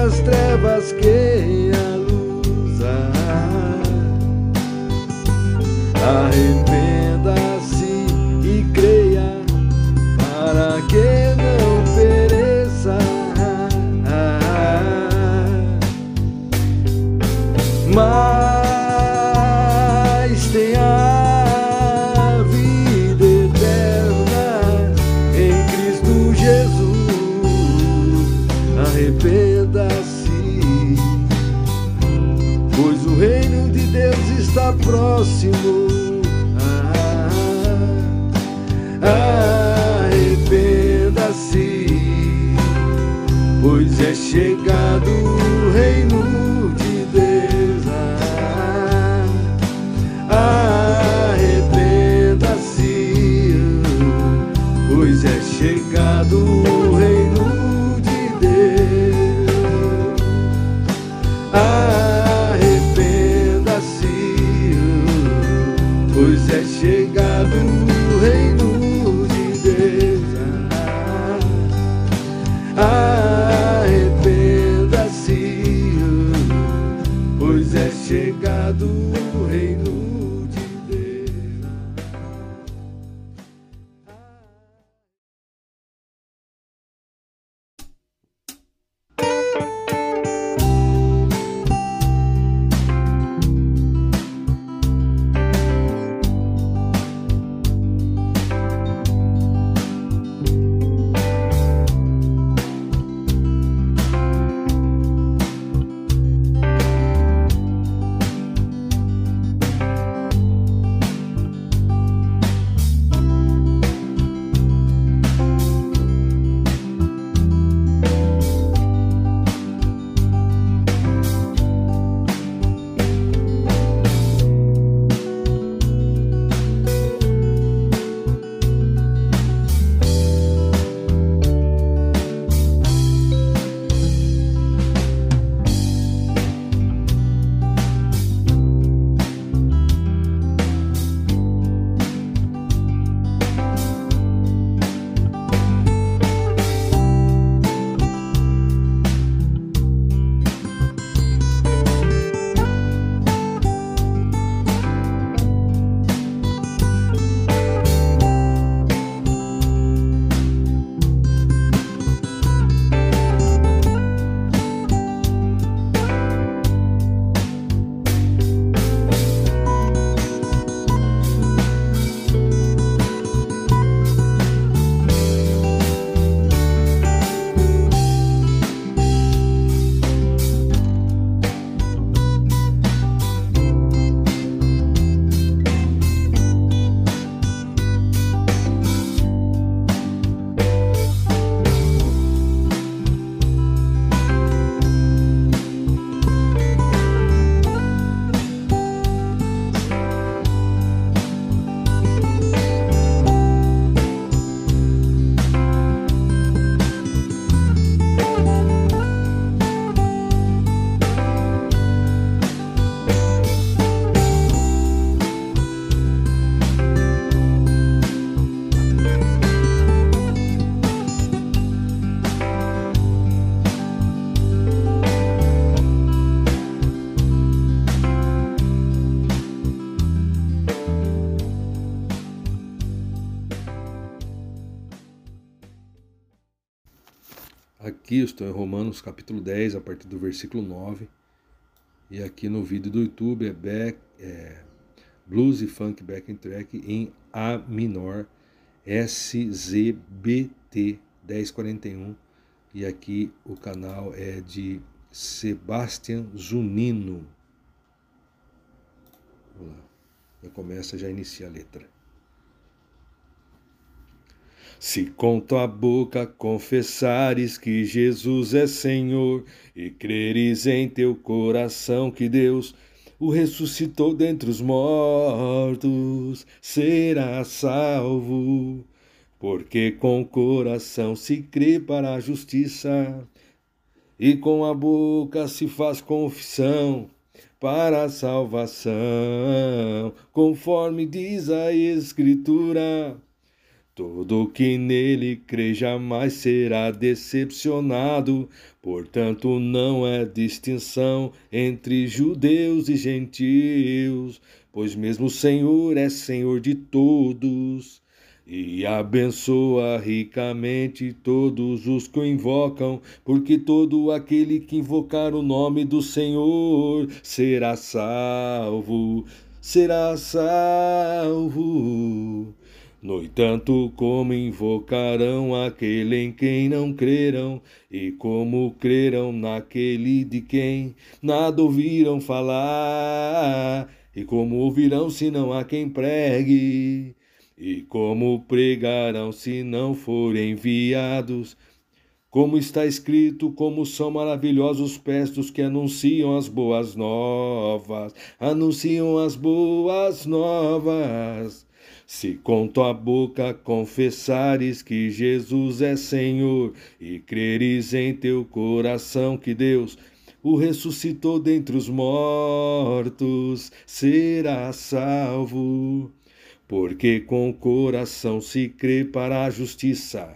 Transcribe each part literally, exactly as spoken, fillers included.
das trevas que a luz há. Arrependa-se e creia para que não pereça, mas tenha vida eterna em Cristo Jesus. Arrependa-se, pois o reino de Deus está próximo. Arrependa-se, pois é chegado o reino de Deus. Arrependa-se, pois é chegado o reino de Deus. Arrependa-se, pois é chegado o reino de Deus. Arrependa-se, pois é chegado o reino de Deus. Aqui eu estou em Romanos capítulo dez, a partir do versículo nove. E aqui no vídeo do YouTube é, back, é Blues e Funk Backing Track em A minor, S Z B T dez quarenta e um. E aqui o canal é de Sebastian Zunino. Vamos lá. Já começa, já inicia a letra. Se com tua boca confessares que Jesus é Senhor e creres em teu coração que Deus o ressuscitou dentre os mortos, serás salvo. Porque com o coração se crê para a justiça e com a boca se faz confissão para a salvação, conforme diz a Escritura. Todo que nele crê jamais será decepcionado, portanto não é distinção entre judeus e gentios, pois mesmo o Senhor é Senhor de todos, e abençoa ricamente todos os que o invocam, porque todo aquele que invocar o nome do Senhor será salvo, será salvo. No entanto, como invocarão aquele em quem não creram, e como creram naquele de quem nada ouviram falar, e como ouvirão se não há quem pregue, e como pregarão se não forem enviados? Como está escrito, como são maravilhosos os pés dos que anunciam as boas novas, anunciam as boas novas. Se com tua boca confessares que Jesus é Senhor e creres em teu coração que Deus o ressuscitou dentre os mortos, serás salvo. Porque com o coração se crê para a justiça,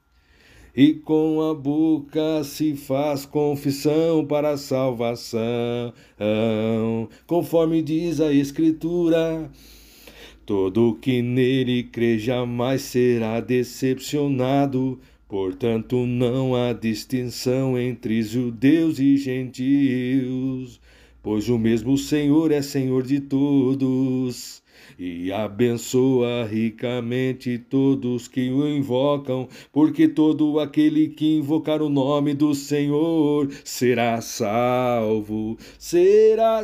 e com a boca se faz confissão para a salvação, conforme diz a Escritura. Todo que nele crê jamais será decepcionado, portanto não há distinção entre judeus e gentios, pois o mesmo Senhor é Senhor de todos, e abençoa ricamente todos que o invocam, porque todo aquele que invocar o nome do Senhor será salvo, será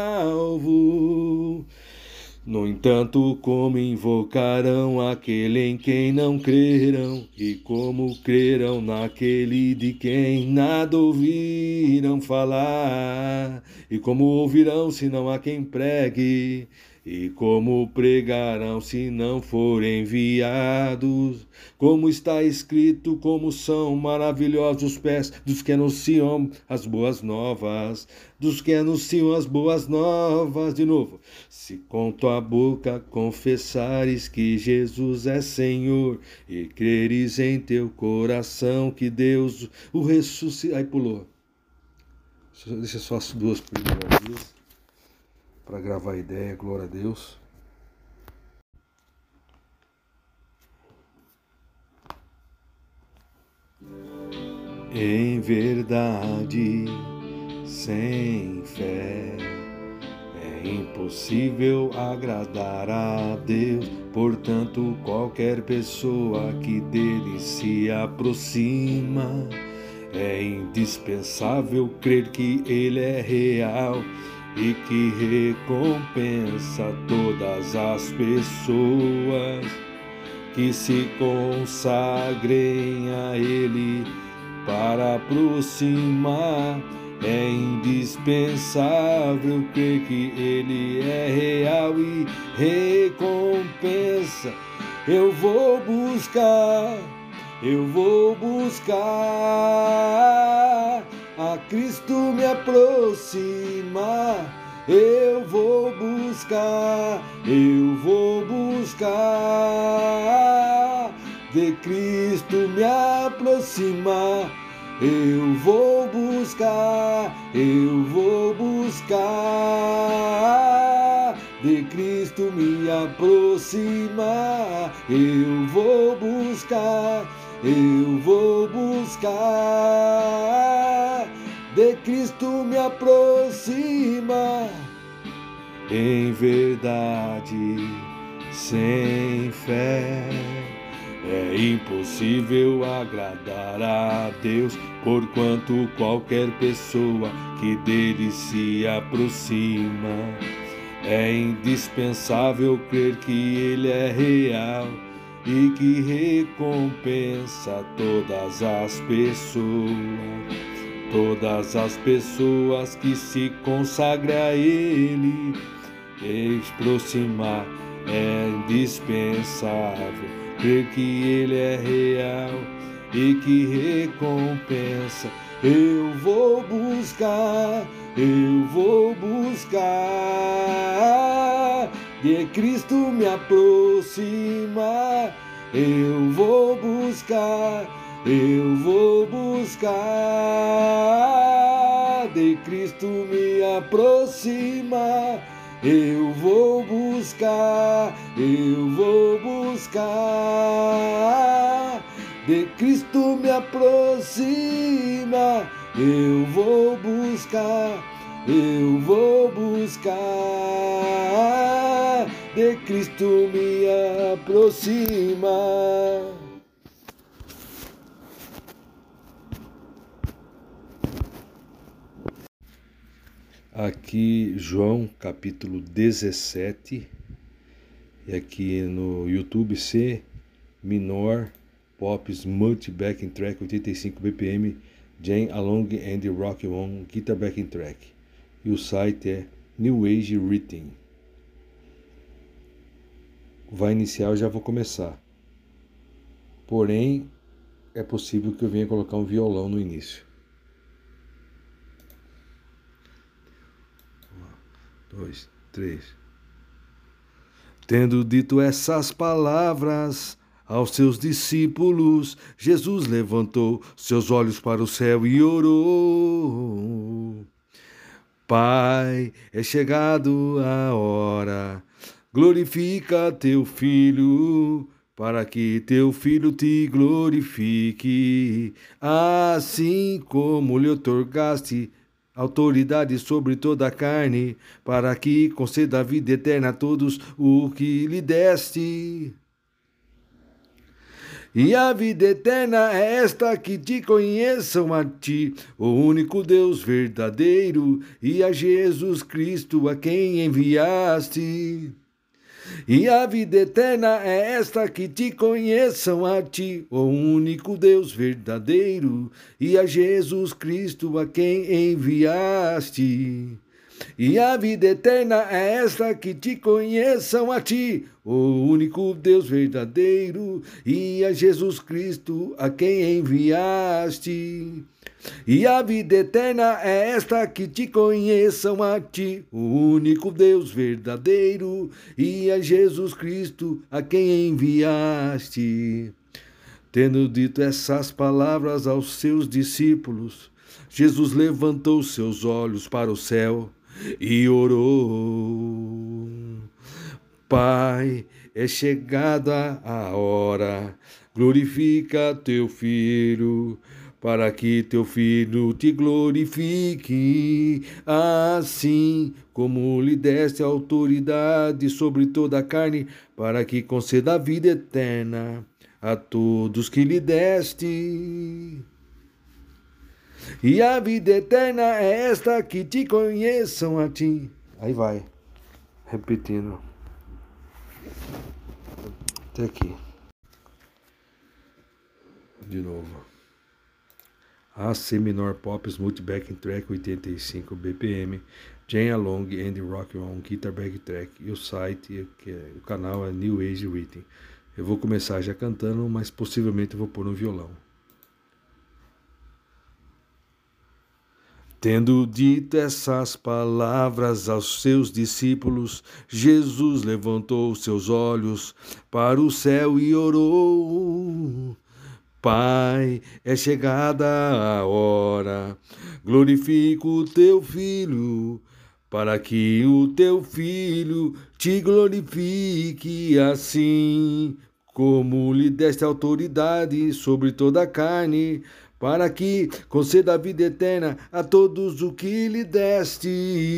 salvo. No entanto, como invocarão aquele em quem não creram, e como crerão naquele de quem nada ouviram falar, e como ouvirão se não há quem pregue, e como pregarão se não forem enviados? Como está escrito, como são maravilhosos os pés dos que anunciam as boas novas, dos que anunciam as boas novas. De novo, se com tua boca confessares que Jesus é Senhor e creres em teu coração que Deus o ressuscitou. Aí pulou. Deixa só as duas primeiras vezes para gravar a ideia, glória a Deus. Em verdade, sem fé, é impossível agradar a Deus. Portanto, qualquer pessoa que dele se aproxima, é indispensável crer que ele é real e que recompensa todas as pessoas que se consagrem a ele para aproximar. É indispensável crer que ele é real e recompensa. Eu vou buscar, eu vou buscar a Cristo me aproximar. Eu vou buscar, eu vou buscar de Cristo me aproximar. Eu vou buscar, eu vou buscar de Cristo me aproximar. Eu vou buscar, eu vou buscar de Cristo me aproxima. Em verdade, sem fé, é impossível agradar a Deus, porquanto qualquer pessoa que dele se aproxima, é indispensável crer que ele é real e que recompensa todas as pessoas. Todas as pessoas que se consagram a ele, e aproximar é indispensável crer que ele é real e que recompensa. Eu vou buscar, eu vou buscar de Cristo me aproximar. eu vou buscar, eu vou buscar, de Cristo me aproximar. Eu vou buscar, eu vou buscar, de Cristo me aproxima. Eu vou buscar, eu vou buscar, de Cristo me aproxima. Aqui João capítulo dezessete, e aqui no YouTube C Minor Pops Multi Backing Track oitenta e cinco B P M Jam Along and Rock On Guitar Backing Track, e o site é New Age Written. Vai iniciar, eu já vou começar, porém é possível que eu venha colocar um violão no início. Dois, três. Tendo dito essas palavras aos seus discípulos, Jesus levantou seus olhos para o céu e orou: Pai, é chegado a hora, glorifica teu filho, para que teu filho te glorifique, assim como lhe outorgaste autoridade sobre toda a carne, para que conceda a vida eterna a todos o que lhe deste. E a vida eterna é esta, que te conheçam a ti, o único Deus verdadeiro, e a Jesus Cristo a quem enviaste. E a vida eterna é esta, que te conheçam a ti, o único Deus verdadeiro, e a Jesus Cristo a quem enviaste. E a vida eterna é esta, que te conheçam a ti, o único Deus verdadeiro, e a Jesus Cristo a quem enviaste. E a vida eterna é esta, que te conheçam a ti, o único Deus verdadeiro, e a Jesus Cristo a quem enviaste. Tendo dito essas palavras aos seus discípulos, Jesus levantou seus olhos para o céu e orou: Pai, é chegada a hora, glorifica teu filho, para que teu filho te glorifique, assim como lhe deste autoridade sobre toda a carne, para que conceda a vida eterna a todos que lhe deste. E a vida eterna é esta, que te conheçam a ti. Aí vai, repetindo até aqui. De novo. A C Minor Pops Multi Backing Track oitenta e cinco B P M, Jam Along and Rock On Guitar Backing Track, e o site, que é, o canal é New Age Written. Eu vou começar já cantando, mas possivelmente eu vou pôr um violão. Tendo dito essas palavras aos seus discípulos, Jesus levantou seus olhos para o céu e orou: Pai, é chegada a hora, glorifica o teu filho, para que o teu filho te glorifique, assim como lhe deste autoridade sobre toda a carne, para que conceda a vida eterna a todos o que lhe deste.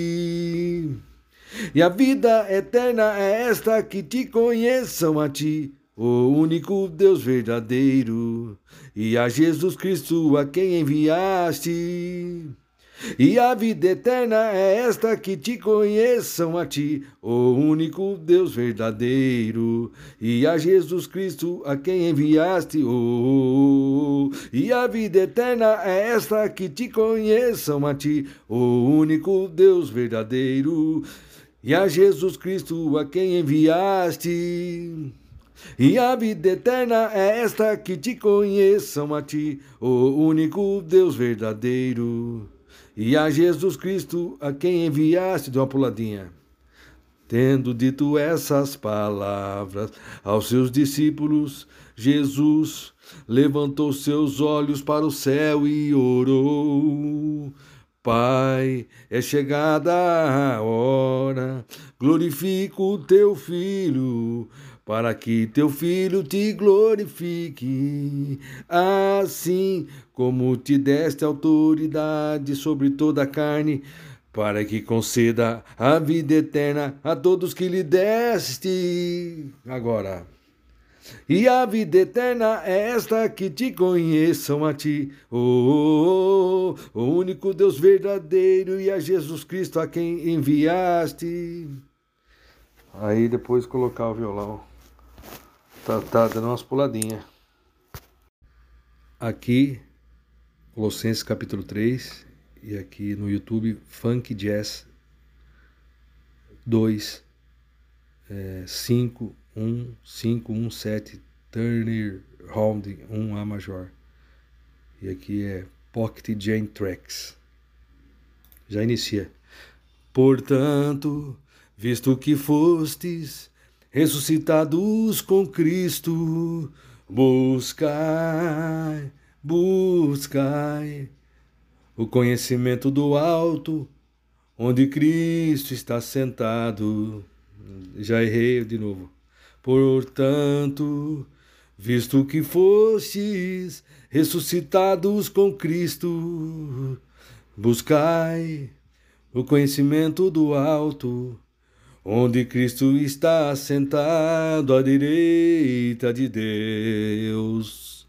E a vida eterna é esta, que te conheçam a ti, o único Deus verdadeiro, e a Jesus Cristo a quem enviaste. E a vida eterna é esta, que te conheçam a ti, o único Deus verdadeiro, e a Jesus Cristo a quem enviaste. Oh, e a vida eterna é esta, que te conheçam a ti, o único Deus verdadeiro, e a Jesus Cristo a quem enviaste. E a vida eterna é esta, que te conheçam a ti, o único Deus verdadeiro, e a Jesus Cristo a quem enviaste. Dê uma puladinha. Tendo dito essas palavras aos seus discípulos, Jesus levantou seus olhos para o céu e orou: Pai, é chegada a hora, glorifica o teu Filho, para que teu Filho te glorifique, assim como te deste autoridade sobre toda a carne, para que conceda a vida eterna a todos que lhe deste. Agora. E a vida eterna é esta, que te conheçam a ti, oh, oh, oh, o único Deus verdadeiro, e a Jesus Cristo a quem enviaste. Aí depois colocar o violão. Tá, tá dando umas puladinhas. Aqui, Colossenses capítulo três, e aqui no YouTube, Funk Jazz dois, é, cinco, um, cinco, um, sete, Turner Round um A major. E aqui é Pocket Jam Tracks. Já inicia. Portanto, visto que fostes ressuscitados com Cristo, buscai, buscai o conhecimento do alto, onde Cristo está sentado. Já errei de novo. Portanto, visto que fostes ressuscitados com Cristo, buscai o conhecimento do alto, onde Cristo está sentado à direita de Deus.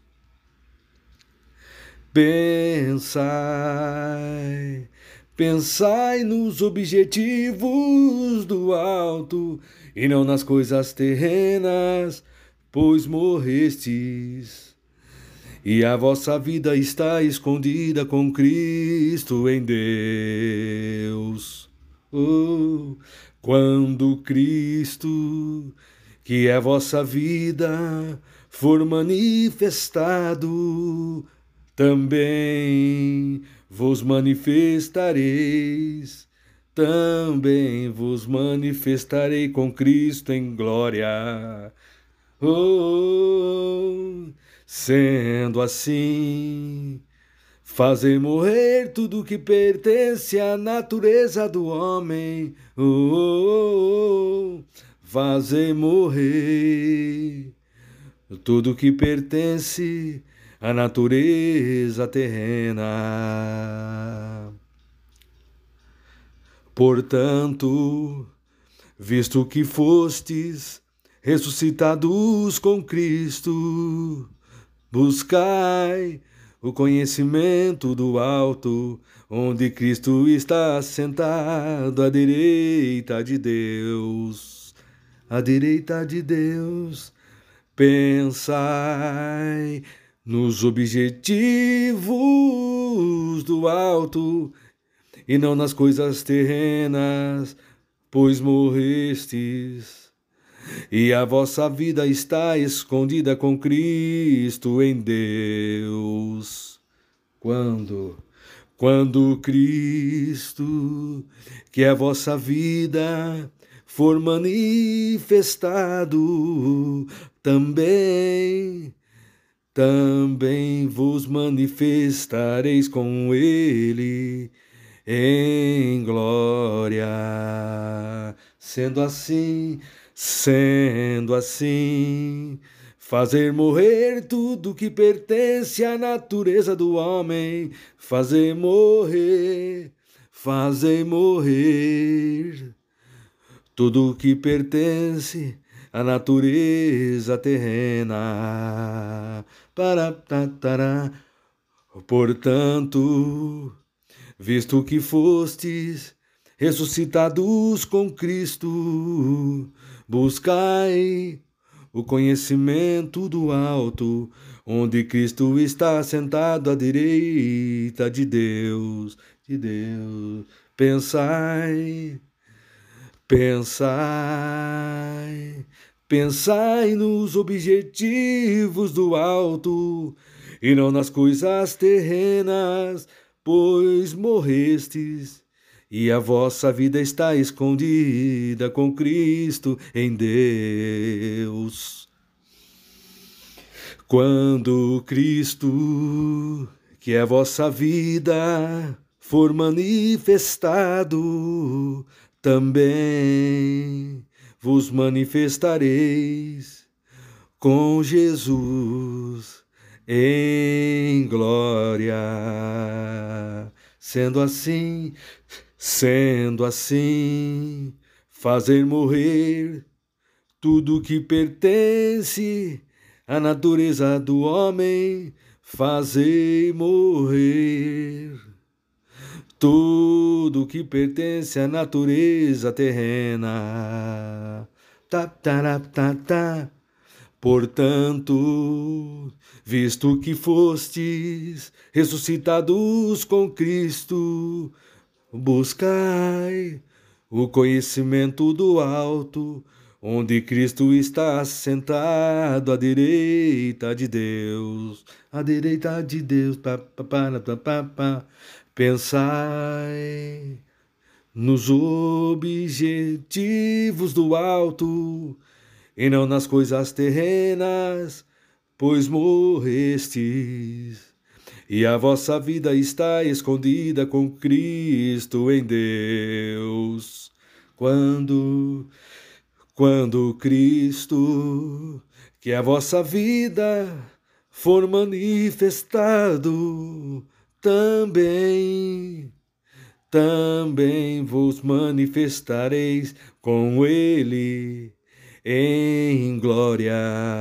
Pensai, pensai nos objetivos do alto, e não nas coisas terrenas, pois morrestes, e a vossa vida está escondida com Cristo em Deus. Oh, quando Cristo, que é a vossa vida, for manifestado, também vos manifestareis, também vos manifestarei com Cristo em glória. Oh, sendo assim, fazei morrer tudo que pertence à natureza do homem. Oh, oh, oh, fazei morrer tudo que pertence à natureza terrena. Portanto, visto que fostes ressuscitados com Cristo, buscai o conhecimento do alto, onde Cristo está sentado à direita de Deus. À direita de Deus. Pensai nos objetivos do alto, e não nas coisas terrenas, pois morrestes, e a vossa vida está escondida com Cristo em Deus. Quando? Quando Cristo, que é a vossa vida, for manifestado, também, também vos manifestareis com Ele em glória. Sendo assim, sendo assim, fazer morrer tudo que pertence à natureza do homem, fazer morrer, fazer morrer tudo que pertence à natureza terrena. Para, tará. Portanto, visto que fostes ressuscitados com Cristo, buscai o conhecimento do alto, onde Cristo está sentado à direita de Deus, de Deus. Pensai, pensai, pensai nos objetivos do alto, e não nas coisas terrenas, pois morrestes, e a vossa vida está escondida com Cristo em Deus. Quando Cristo, que é a vossa vida, for manifestado, também vos manifestareis com Jesus em glória. Sendo assim, sendo assim, fazer morrer tudo que pertence à natureza do homem, fazei morrer tudo que pertence à natureza terrena. Tá, tá, tá, tá. Portanto, visto que fostes ressuscitados com Cristo, buscai o conhecimento do alto, onde Cristo está sentado à direita de Deus, à direita de Deus. Pá, pá, pá, pá, pá, pá. Pensai nos objetivos do alto, e não nas coisas terrenas, pois morrestes, e a vossa vida está escondida com Cristo em Deus. Quando, quando Cristo, que é a vossa vida, for manifestado, também, também vos manifestareis com Ele em glória.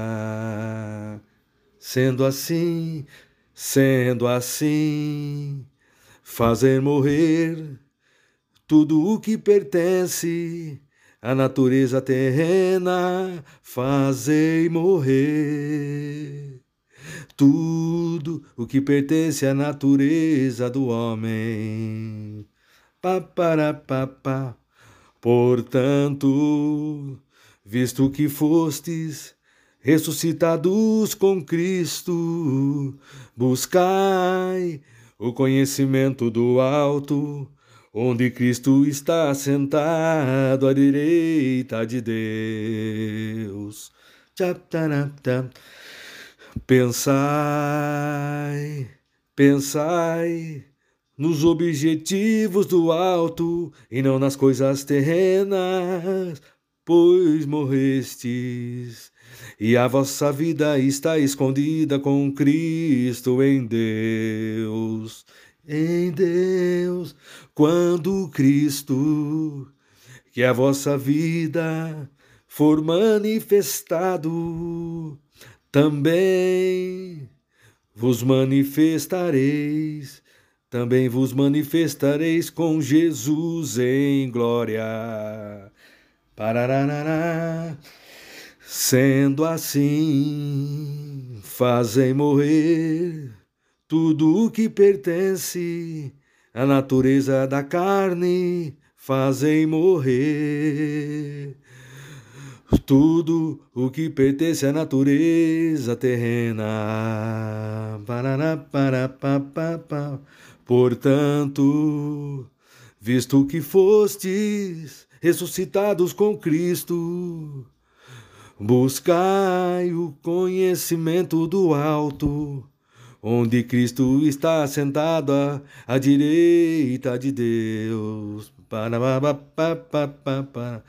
Sendo assim, sendo assim, fazer morrer tudo o que pertence à natureza terrena, fazei morrer tudo o que pertence à natureza do homem. Pá, para, pá, pá. Portanto, visto que fostes ressuscitados com Cristo, buscai o conhecimento do alto, onde Cristo está sentado à direita de Deus. Pensai, pensai nos objetivos do alto e não nas coisas terrenas, pois morrestes, e a vossa vida está escondida com Cristo em Deus. Em Deus, quando Cristo, que a vossa vida for manifestado, também vos manifestareis, também vos manifestareis com Jesus em glória. Pararará. Sendo assim, fazem morrer tudo o que pertence à natureza da carne, fazem morrer tudo o que pertence à natureza terrena. Parará, pará, pá, pá, pá. Portanto, visto que fostes ressuscitados com Cristo, buscai o conhecimento do alto, onde Cristo está sentado à, à direita de Deus. Para, para, para, para, para.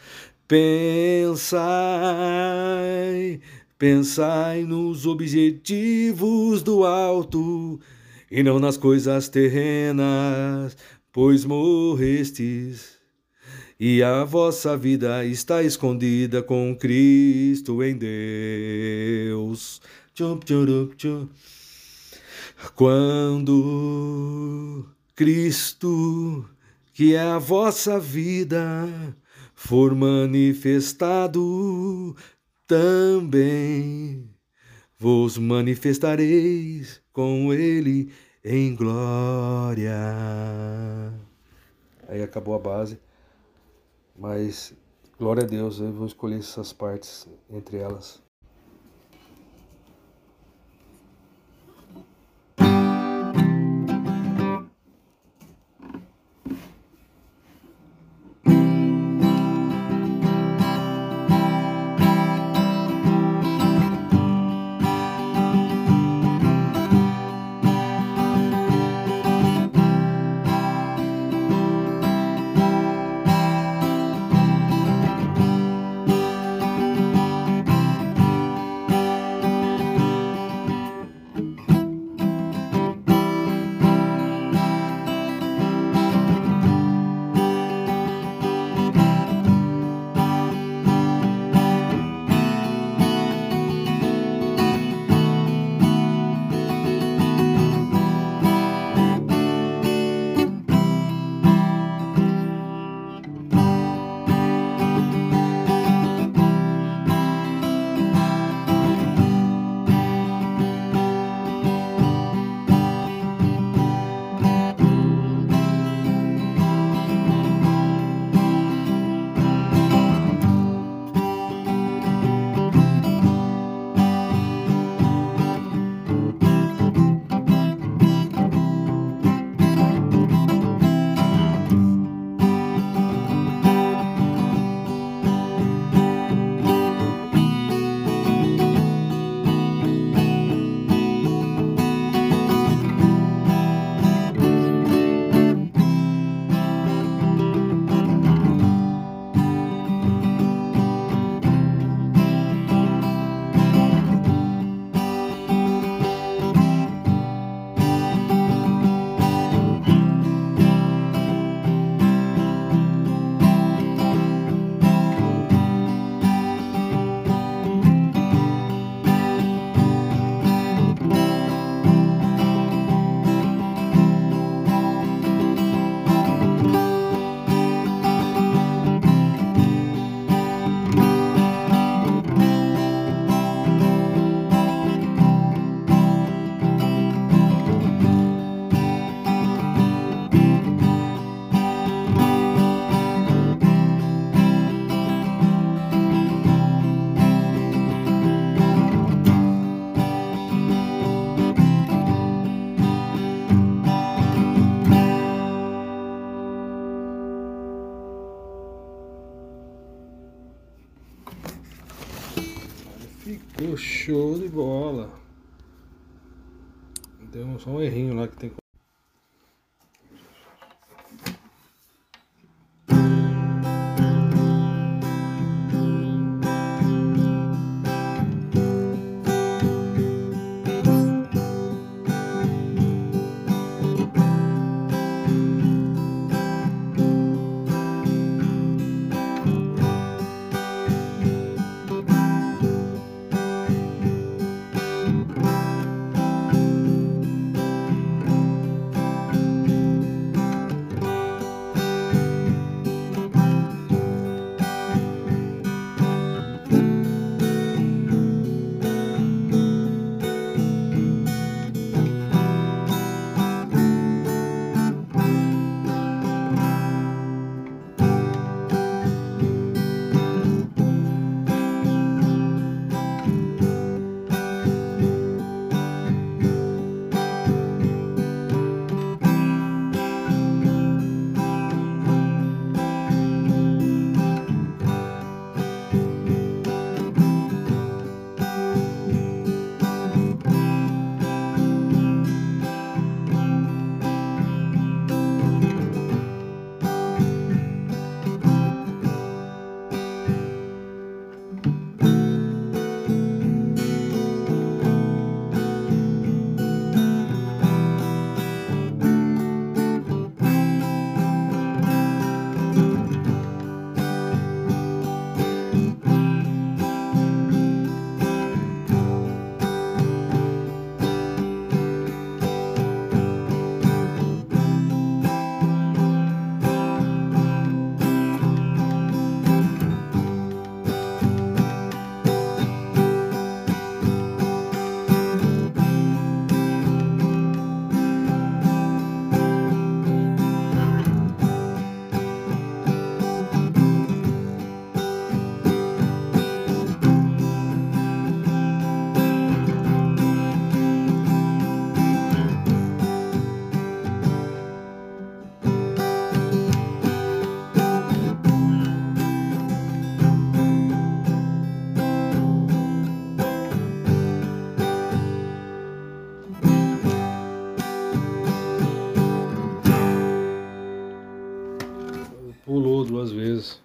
Pensai, pensai nos objetivos do alto, e não nas coisas terrenas, pois morrestes, e a vossa vida está escondida com Cristo em Deus. Quando Cristo, que é a vossa vida, for manifestado, também vos manifestareis com Ele em glória. Aí acabou a base. Mas, glória a Deus, eu vou escolher essas partes entre elas. show de bola. Deu só um errinho lá que tem que... Pulou duas vezes.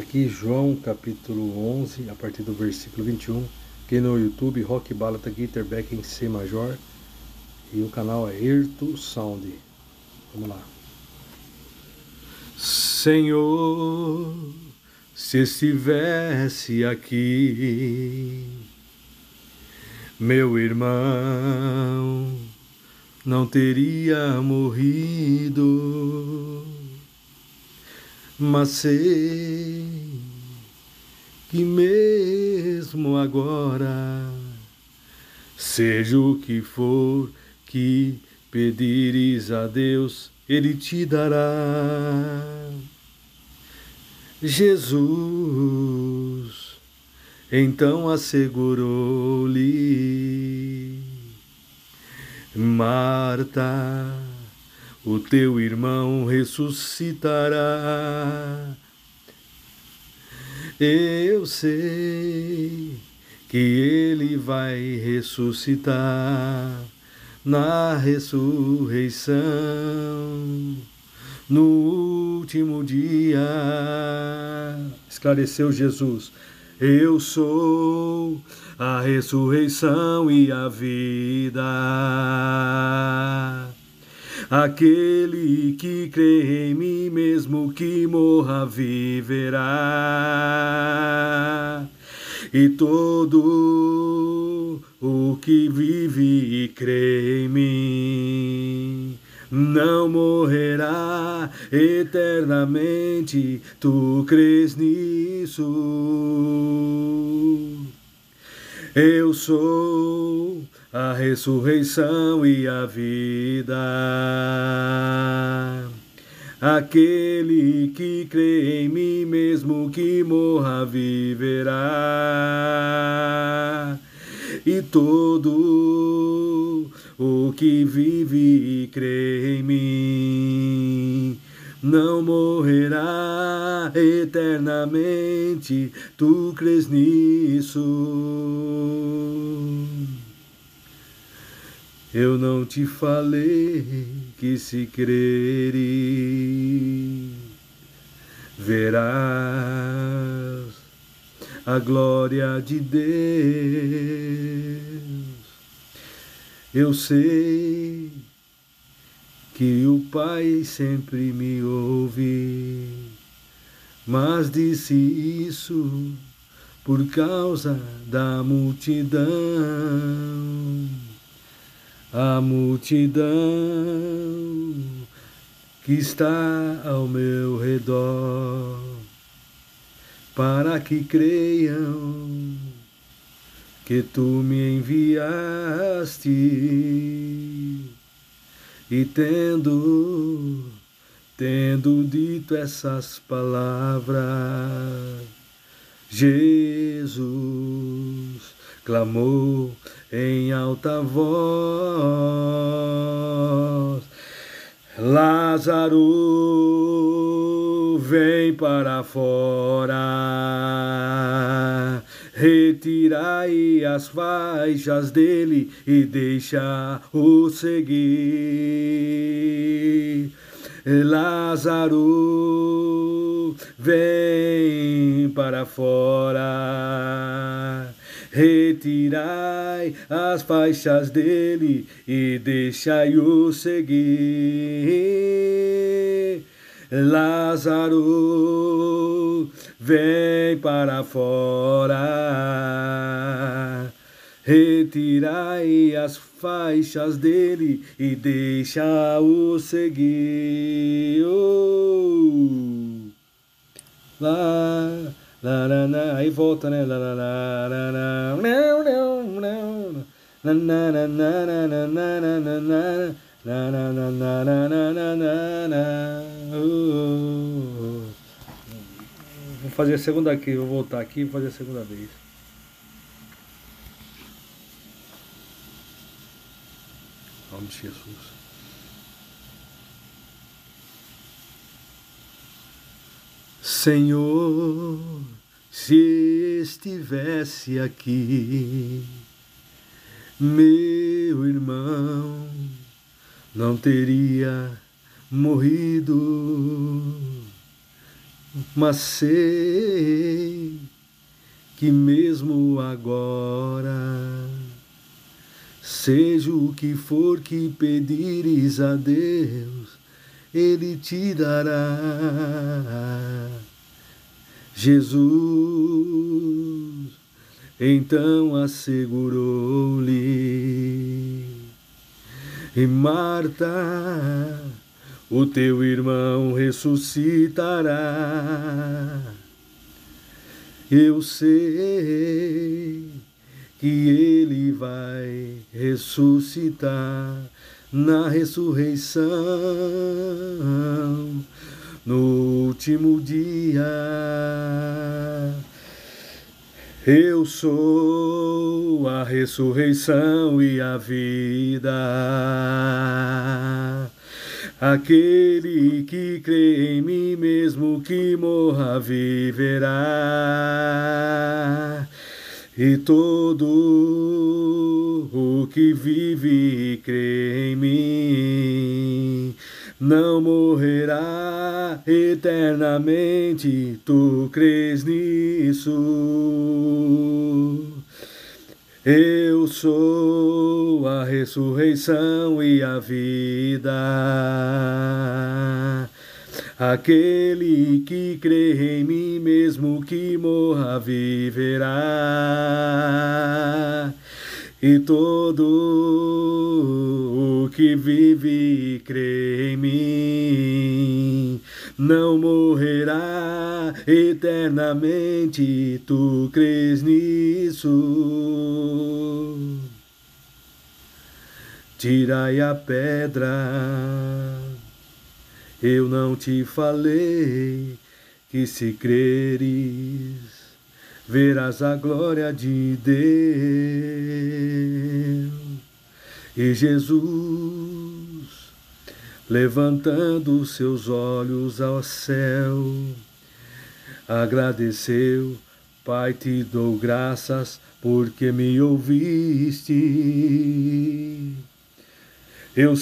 aqui João capítulo onze, a partir do versículo vinte e um, aqui no YouTube, Rock Balata Guitar Back em C Major, e o canal é Erto Sound. Vamos lá. Senhor, se estivesse aqui, meu irmão não teria morrido, mas sei que mesmo agora, seja o que for que pedires a Deus, Ele te dará. Jesus então assegurou-lhe: Marta, o teu irmão ressuscitará. Eu sei que ele vai ressuscitar na ressurreição, no último dia. Esclareceu Jesus: eu sou a ressurreição e a vida. Aquele que crê em mim, mesmo que morra, viverá. E todo o que vive e crê em mim não morrerá eternamente. Tu crês nisso? Eu sou a ressurreição e a vida. Aquele que crê em mim, mesmo que morra, viverá. E todo o que vive e crê em mim não morrerá eternamente. Tu crês nisso? Eu não te falei que se creres, verás a glória de Deus. Eu sei que o Pai sempre me ouve, mas disse isso por causa da multidão. A multidão que está ao meu redor, para que creiam que tu me enviaste. E tendo, tendo dito essas palavras, Jesus clamou em alta voz: Lázaro, vem para fora. Retirai as faixas dele e deixa-o seguir. Lázaro, vem para fora. Retirai as faixas dele e deixai-o seguir. Lázaro, vem para fora. Retirai as faixas dele e deixa-o seguir. Oh. Lá, lá, lá, lá. Aí volta, né? Lá, lá, lá, lá, lá. Não, não, não. Na, na, na, na, na, na, na, na, na, na. Na, na, na, na, na, na, na, na. Oh. Vou fazer a segunda aqui, vou voltar aqui e fazer a segunda vez. Em nome de Jesus. Senhor, se estivesse aqui, meu irmão não teria morrido, mas sei que mesmo agora, seja o que for que pedires a Deus, Ele te dará. Jesus então assegurou-lhe: e Marta, o teu irmão ressuscitará. Eu sei que ele vai ressuscitar na ressurreição, no último dia. Eu sou a ressurreição e a vida. Aquele que crê em mim, mesmo que morra, viverá. E todo o que vive e crê em mim não morrerá eternamente. Tu crês nisso? Eu sou a ressurreição e a vida. Aquele que crê em mim, mesmo que morra, viverá. E todo o que vive e crê em mim não morrerá eternamente. Tu crês nisso? Tirai a pedra. Eu não te falei que se creres, verás a glória de Deus. E Jesus, levantando seus olhos ao céu, agradeceu: Pai, te dou graças porque me ouviste. Eu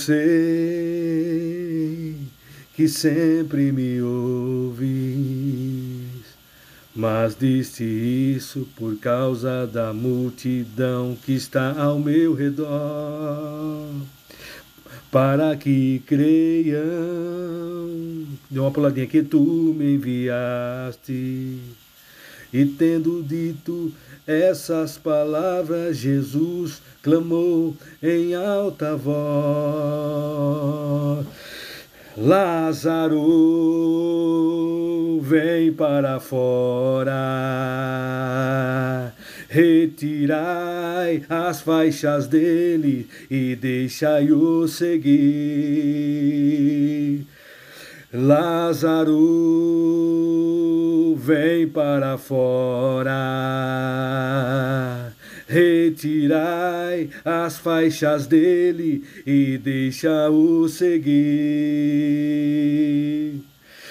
sei que sempre me ouves, mas disse isso por causa da multidão que está ao meu redor, para que creiam. Deu uma puladinha aqui. Tu me enviaste. E tendo dito essas palavras, Jesus clamou em alta voz: Lázaro, vem para fora. Retirai as faixas dele e deixai-o seguir. Lázaro, vem para fora. Retirai as faixas dele e deixa-o seguir.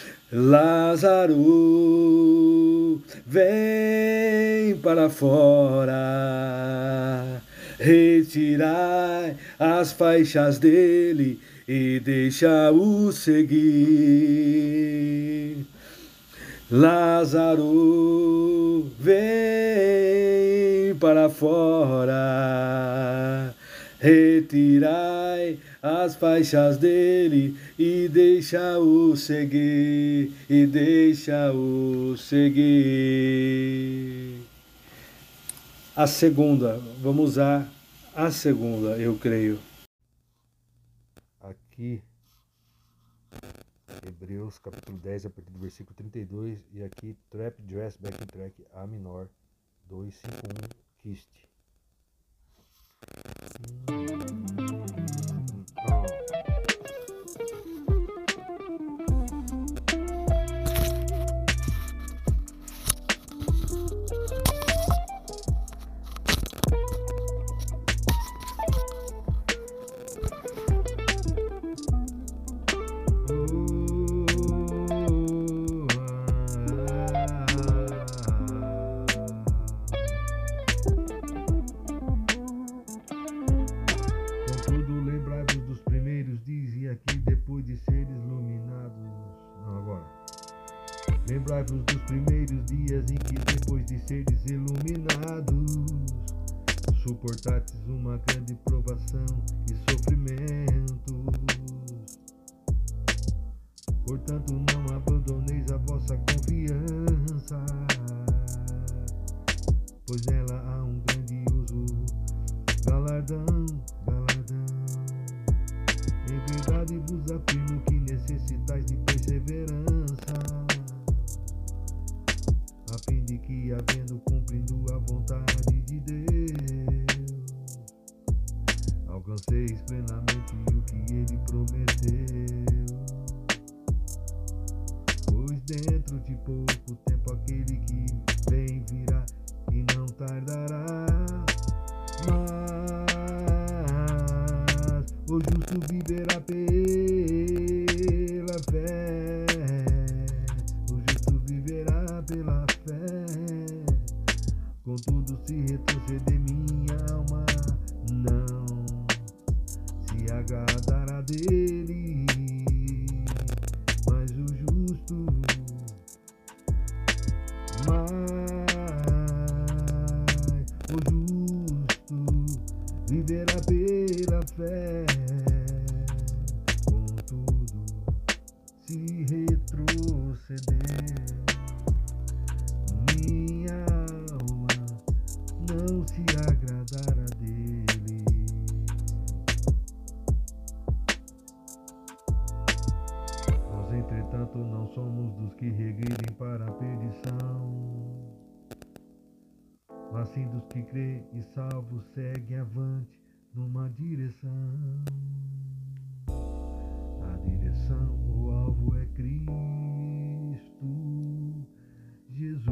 Lázaro, vem para fora. Retirai as faixas dele e deixa-o seguir. Lázaro, vem para fora. Retirai as faixas dele e deixa-o seguir, e deixa-o seguir. A segunda, vamos usar a segunda, eu creio. Aqui, Hebreus capítulo dez, a partir do versículo trinta e dois, e aqui Trap Dress Backing Track A menor, dois cinco um, Kist. Lembrai-vos dos primeiros dias em que, depois de seres iluminados, suportastes uma grande provação e sofrimentos. Portanto, não abandoneis a vossa confiança, pois nela há um grandioso galardão, galardão. Em verdade vos afirmo que necessitais de perseverança, a fim de que, havendo cumprido a vontade de Deus, alcanceis plenamente o que Ele prometeu. Pois dentro de pouco tempo aquele que vem virá e não tardará. Mas o justo viverá pela fé, o justo viverá pela fé. Contudo, se retroceder minha alma, não se agradará dele. Mas o justo, mas o justo viverá pela fé. Contudo, se retroceder minha alma, não se agradará dele. Nós, entretanto, não somos dos que regridem para a perdição, mas sim dos que crê e salvos seguem avante numa direção. A direção, o alvo é Cristo Jesus.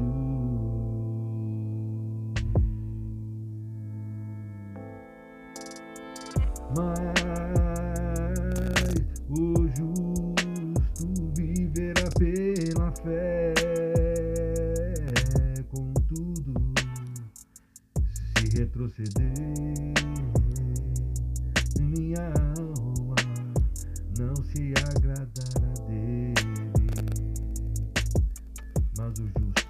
Mas o justo viverá pela fé. Contudo, se retroceder minha alma, não se agradará dele. Mas o justo,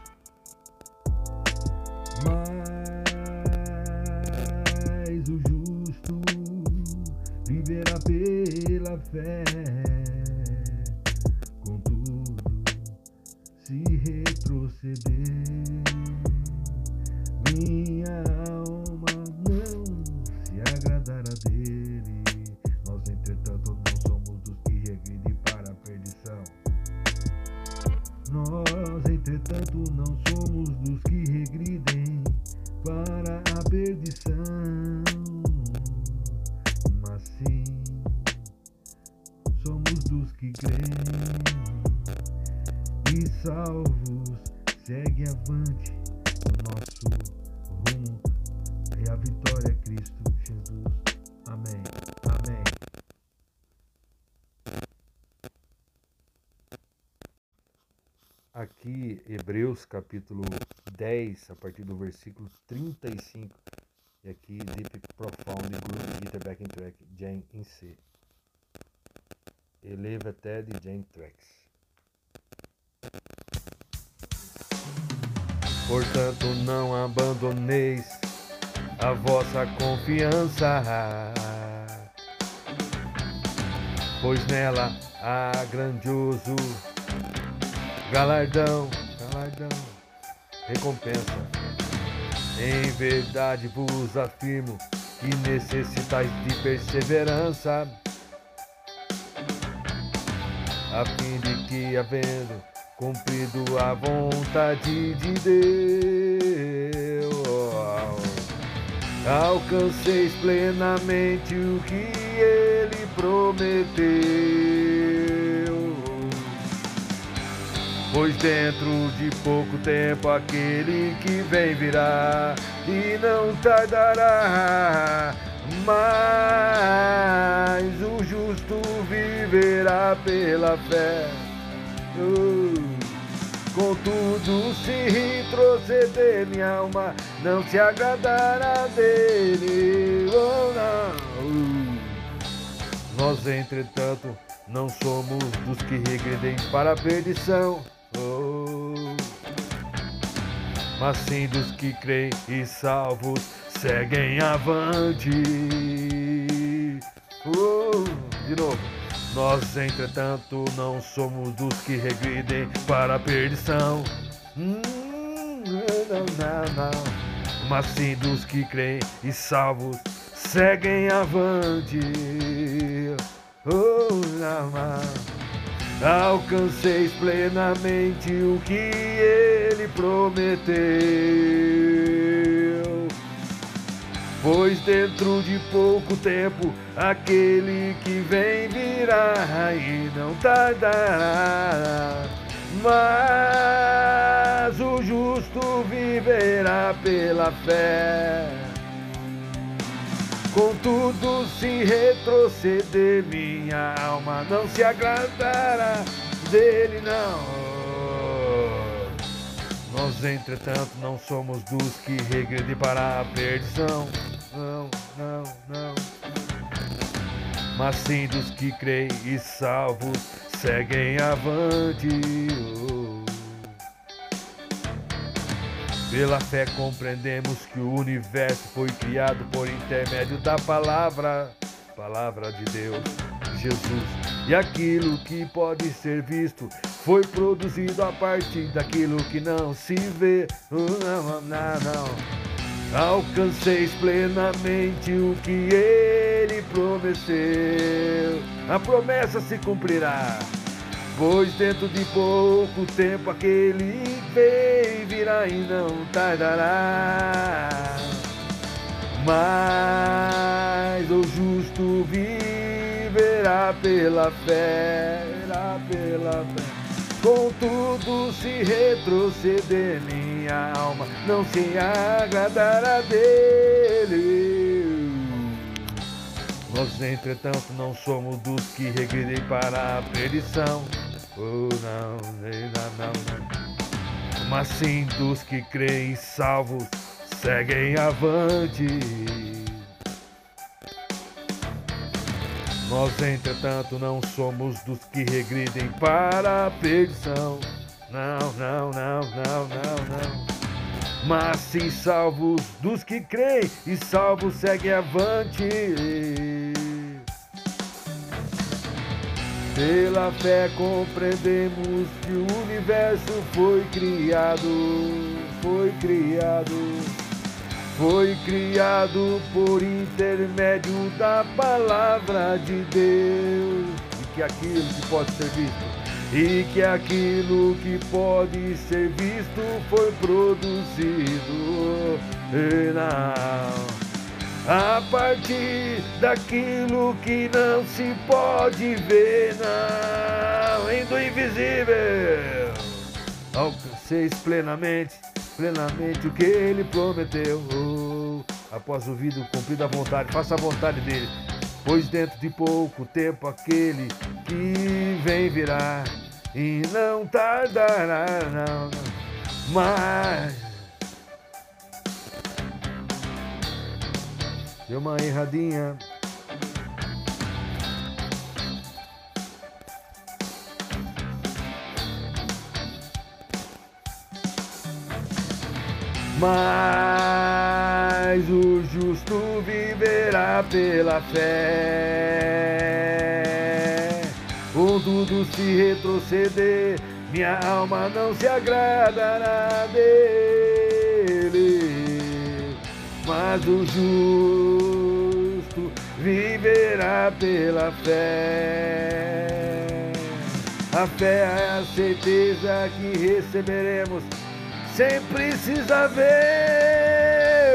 mas o justo viverá pela fé. Contudo, se retroceder minha alma, não se agradará dele. Nós, entretanto, não somos dos que regridem para a perdição. Nós, entretanto, não somos dos que regridem para a perdição, mas sim somos dos que creem e salvos segue avante. O nosso rumo é a vitória, Cristo Jesus. Amém. Amém. Aqui, Hebreus capítulo dez, a partir do versículo trinta e cinco. E aqui, Deep Profound Groove Guitar Backing Track, Jam em C. Elevated Jam Tracks. Portanto, não abandoneis a vossa confiança, pois nela há grandioso galardão, galardão, recompensa. Em verdade vos afirmo que necessitais de perseverança, a fim de que, havendo cumprido a vontade de Deus, alcanceis plenamente o que Ele prometeu. Pois dentro de pouco tempo aquele que vem virá e não tardará. Mas o justo viverá pela fé. Uh. Contudo, se retroceder minha alma, não se agradará dele. Oh, não. Uh. Nós, entretanto, não somos dos que regredem para a perdição. Oh. mas sim dos que creem e salvos seguem avante. Uh, de novo. Nós, entretanto, não somos dos que regridem para a perdição. Hum, não, não, não. Mas sim dos que creem e salvos seguem avante. Oh, não, não. Alcanceis plenamente o que ele prometeu, pois dentro de pouco tempo aquele que vem virá e não tardará. Mas o justo viverá pela fé. Contudo, se retroceder, minha alma não se agradará dele, não. Nós, entretanto, não somos dos que regredem para a perdição. Não, não, não. Mas sim dos que creem e salvos seguem avante. Oh. Pela fé compreendemos que o universo foi criado por intermédio da palavra, palavra de Deus, Jesus. E aquilo que pode ser visto foi produzido a partir daquilo que não se vê. Não, não, não. Alcanceis plenamente o que ele prometeu. A promessa se cumprirá, pois dentro de pouco tempo aquele vem virá e não tardará. Mas o justo viverá pela fé, viverá pela fé. Contudo, se retroceder, minha alma não se agradará dele. Nós, entretanto, não somos dos que regredem para a perdição. Oh, não, não, não, não. Mas sim dos que creem e salvos seguem avante. Nós, entretanto, não somos dos que regridem para a perdição. Não, não, não, não, não, não. Mas sim salvos dos que creem e salvos seguem avante. Pela fé compreendemos que o universo foi criado, foi criado, foi criado por intermédio da palavra de Deus, e que aquilo que pode ser visto, e que aquilo que pode ser visto foi produzido e não. A partir daquilo que não se pode ver, não, em do invisível, alcanceis plenamente, plenamente o que ele prometeu. Oh, após o ouvido cumprido a vontade, faça a vontade dele, pois dentro de pouco tempo aquele que vem virá e não tardará, não, não. Mas deu uma erradinha. Mas o justo viverá pela fé. Contudo, se retroceder, minha alma não se agradará dele. Mas o justo viverá pela fé. A fé é a certeza que receberemos sem precisar ver.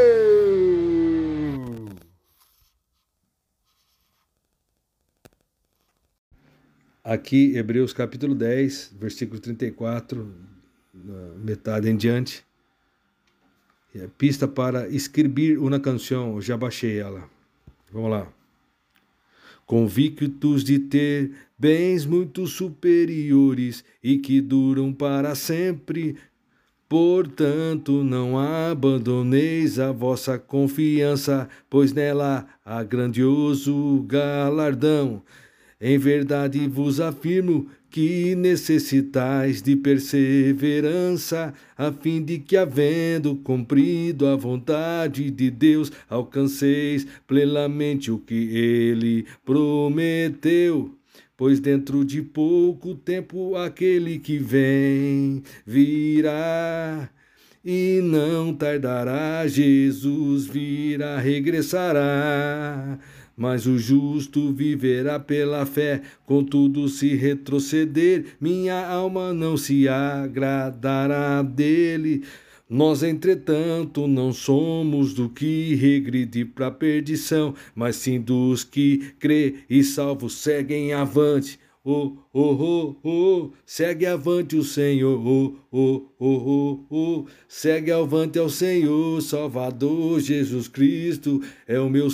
Aqui, Hebreus capítulo dez, versículo trinta e quatro, metade em diante. É pista para escrever uma canção, eu já baixei ela. Vamos lá. Convictos de ter bens muito superiores e que duram para sempre, portanto não abandoneis a vossa confiança, pois nela há grandioso galardão. Em verdade vos afirmo que necessitais de perseverança, a fim de que, havendo cumprido a vontade de Deus, alcanceis plenamente o que ele prometeu. Pois dentro de pouco tempo aquele que vem virá, e não tardará, Jesus virá, regressará. Mas o justo viverá pela fé, contudo se retroceder, minha alma não se agradará dele. Nós, entretanto, não somos do que regride para a perdição, mas sim dos que crê e salvos seguem avante. Oh, oh, oh, oh, segue avante o Senhor, oh, oh, oh, oh, oh, segue avante ao Senhor, Salvador, Jesus Cristo é o meu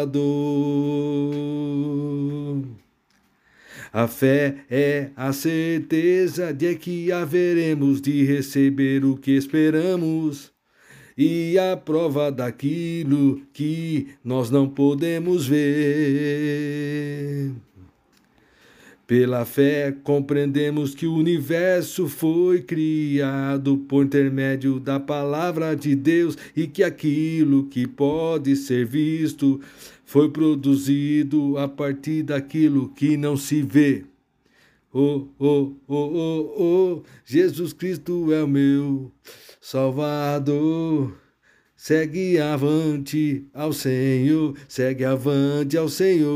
Salvador. A fé é a certeza de que haveremos de receber o que esperamos, e a prova daquilo que nós não podemos ver. Pela fé, compreendemos que o universo foi criado por intermédio da palavra de Deus e que aquilo que pode ser visto foi produzido a partir daquilo que não se vê. Oh, oh, oh, oh, oh, Jesus Cristo é o meu Salvador. Segue avante ao Senhor, segue avante ao Senhor.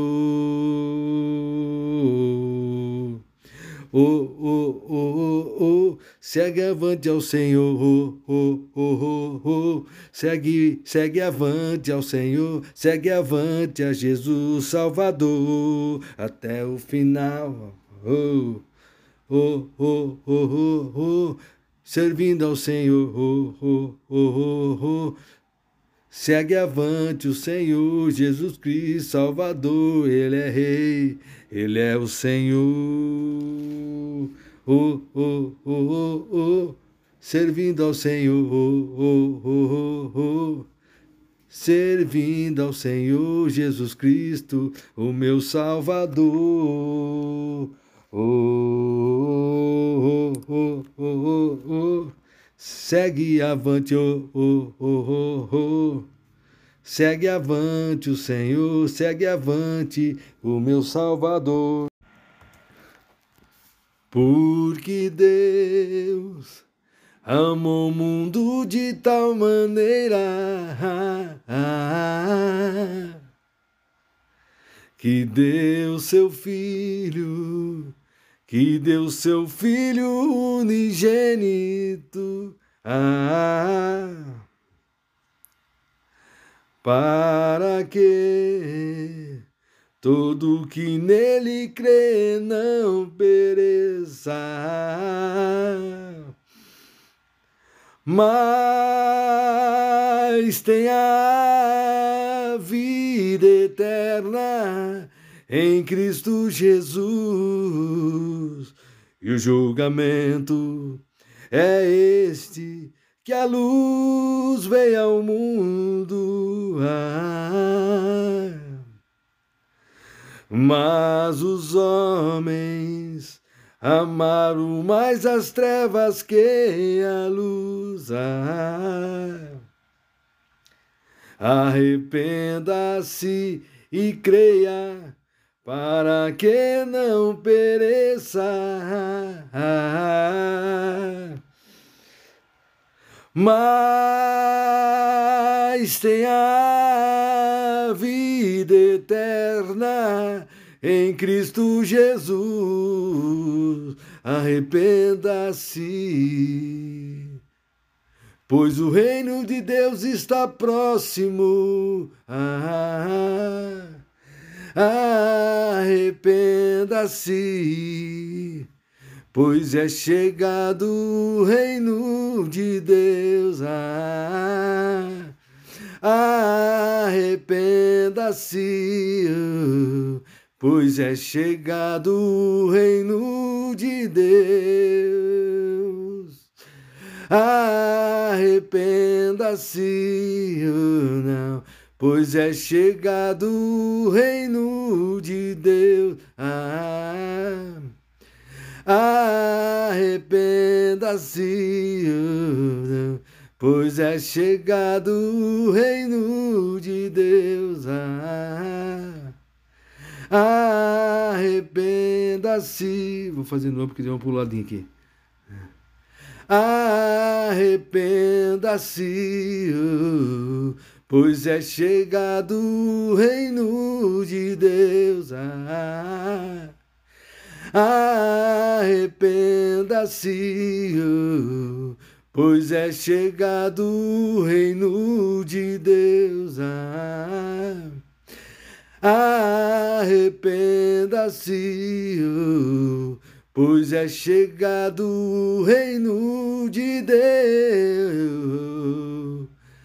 Oh, oh, oh, oh, oh, segue avante ao Senhor. Oh, oh, oh, oh, oh, segue, segue avante ao Senhor, segue avante a Jesus Salvador até o final. Oh, oh, oh, oh, oh, oh, servindo ao Senhor. Oh, oh, oh, oh, oh. Segue avante o Senhor, Jesus Cristo, Salvador, Ele é Rei, Ele é o Senhor. Oh, oh, oh, oh, oh, servindo ao Senhor, oh, oh, oh, oh, oh, servindo ao Senhor, Jesus Cristo, o meu Salvador. Oh, oh, oh, oh, oh, oh. Segue avante, oh, oh, oh, oh, oh. Segue avante o Senhor, segue avante o meu Salvador. Porque Deus amou o mundo de tal maneira que deu seu Filho, que deu seu Filho unigênito, ah, para que todo que nele crê não pereça, mas tenha vida eterna em Cristo Jesus. E o julgamento é este, que a luz veio ao mundo, ah, mas os homens amaram mais as trevas que a luz. Ah, arrependa-se e creia, para que não pereça, mas tenha vida eterna em Cristo Jesus. Arrependa-se, pois o reino de Deus está próximo. Ah, arrependa-se, pois é chegado o reino de Deus. Ah, arrependa-se, pois é chegado o reino de Deus. Arrependa-se, não, pois é chegado o reino de Deus. Ah, Arrependa-se, pois é chegado o reino de Deus. Arrependa-se. Vou fazer de novo porque deu uma puladinha aqui. Arrependa-se, pois é chegado o reino de Deus. Arrependa-se, pois é chegado o reino de Deus. Arrependa-se, pois é chegado o reino de Deus.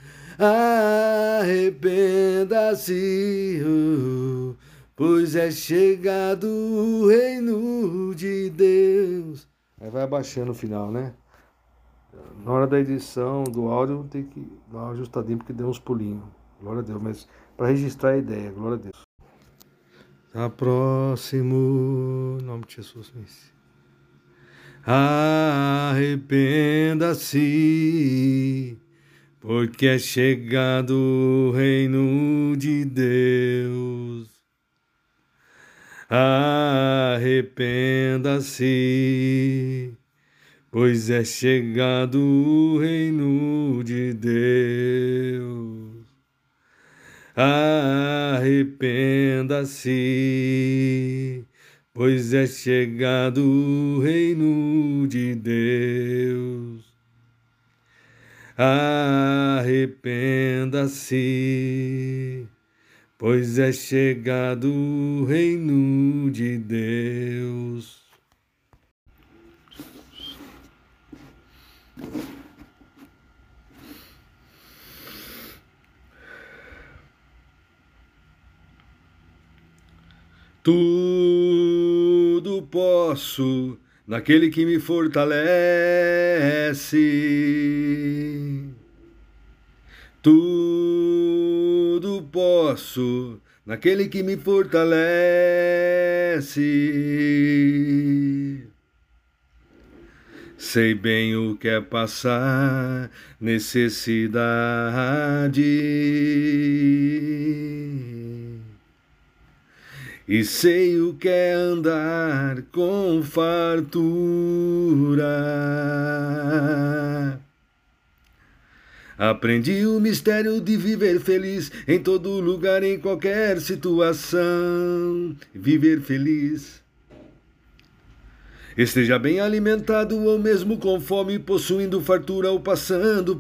Arrependa-se, pois é chegado o reino de Deus. Aí vai abaixando o final, né? Na hora da edição do áudio, tem que dar uma ajustadinha porque deu uns pulinhos. Glória a Deus, mas para registrar a ideia, glória a Deus. Tá próximo, em nome de Jesus. Arrependa-se, porque é chegado o reino de Deus. Arrependa-se, pois é chegado o reino de Deus. Arrependa-se, pois é chegado o reino de Deus. Arrependa-se, pois é chegado o reino de Deus. Tudo posso naquele que me fortalece. Tudo posso naquele que me fortalece. Sei bem o que é passar necessidade, e sei o que é andar com fartura. Aprendi o mistério de viver feliz em todo lugar, em qualquer situação. Viver feliz. Esteja bem alimentado ou mesmo com fome, possuindo fartura ou passando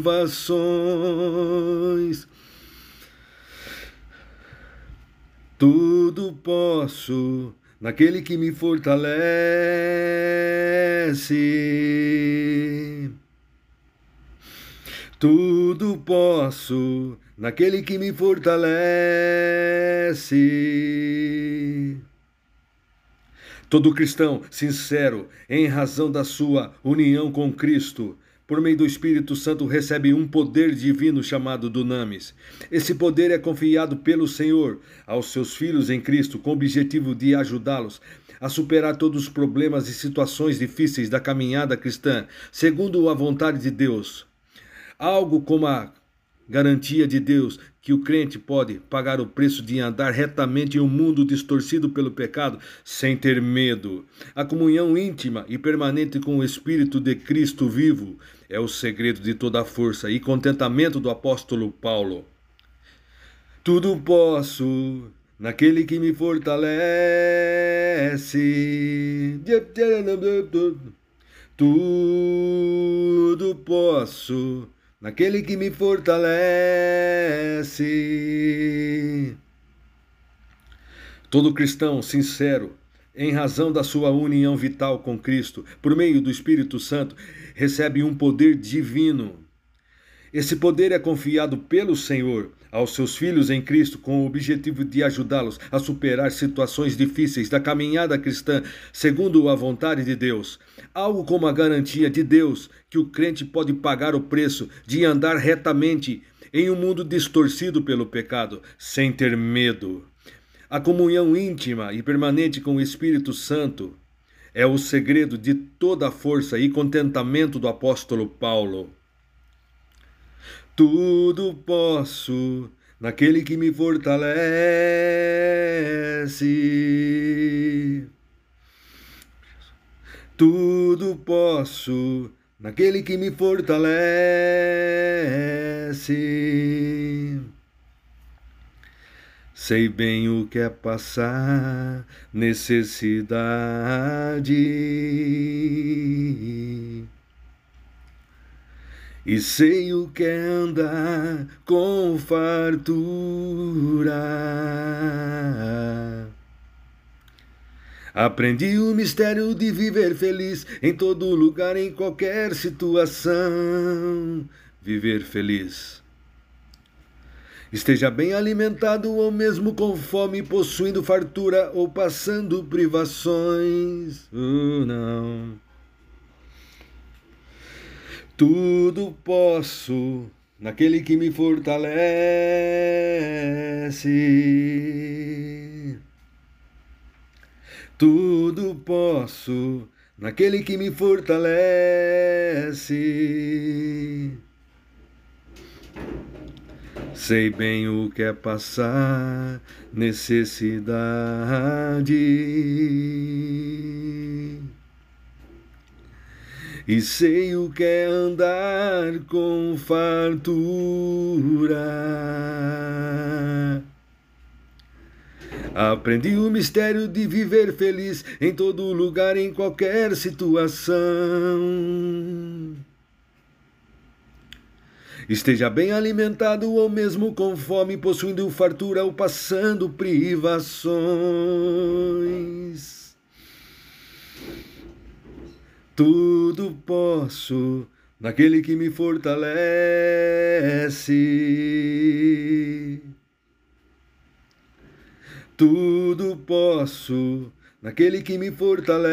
privações. Tudo posso naquele que me fortalece. Tudo posso naquele que me fortalece. Todo cristão sincero, em razão da sua união com Cristo, por meio do Espírito Santo, recebe um poder divino chamado dunamis. Esse poder é confiado pelo Senhor aos seus filhos em Cristo, com o objetivo de ajudá-los a superar todos os problemas e situações difíceis da caminhada cristã, segundo a vontade de Deus. Algo como a garantia de Deus que o crente pode pagar o preço de andar retamente em um mundo distorcido pelo pecado sem ter medo. A comunhão íntima e permanente com o Espírito de Cristo vivo é o segredo de toda a força e contentamento do apóstolo Paulo. Tudo posso naquele que me fortalece. Tudo posso naquele que me fortalece. Todo cristão sincero, em razão da sua união vital com Cristo, por meio do Espírito Santo, recebe um poder divino. Esse poder é confiado pelo Senhor aos seus filhos em Cristo, com o objetivo de ajudá-los a superar situações difíceis da caminhada cristã, segundo a vontade de Deus. Algo como a garantia de Deus que o crente pode pagar o preço de andar retamente em um mundo distorcido pelo pecado, sem ter medo. A comunhão íntima e permanente com o Espírito Santo é o segredo de toda a força e contentamento do apóstolo Paulo. Tudo posso naquele que me fortalece. Tudo posso naquele que me fortalece. Sei bem o que é passar necessidade e sei o que é andar com fartura. Aprendi o mistério de viver feliz em todo lugar, em qualquer situação. Viver feliz. Esteja bem alimentado ou mesmo com fome, possuindo fartura ou passando privações. Oh, não. Tudo posso naquele que me fortalece. Tudo posso naquele que me fortalece. Sei bem o que é passar necessidade e sei o que é andar com fartura. Aprendi o mistério de viver feliz em todo lugar, em qualquer situação. Esteja bem alimentado ou mesmo com fome, possuindo fartura ou passando privações. Tudo posso naquele que me fortalece. Tudo posso naquele que me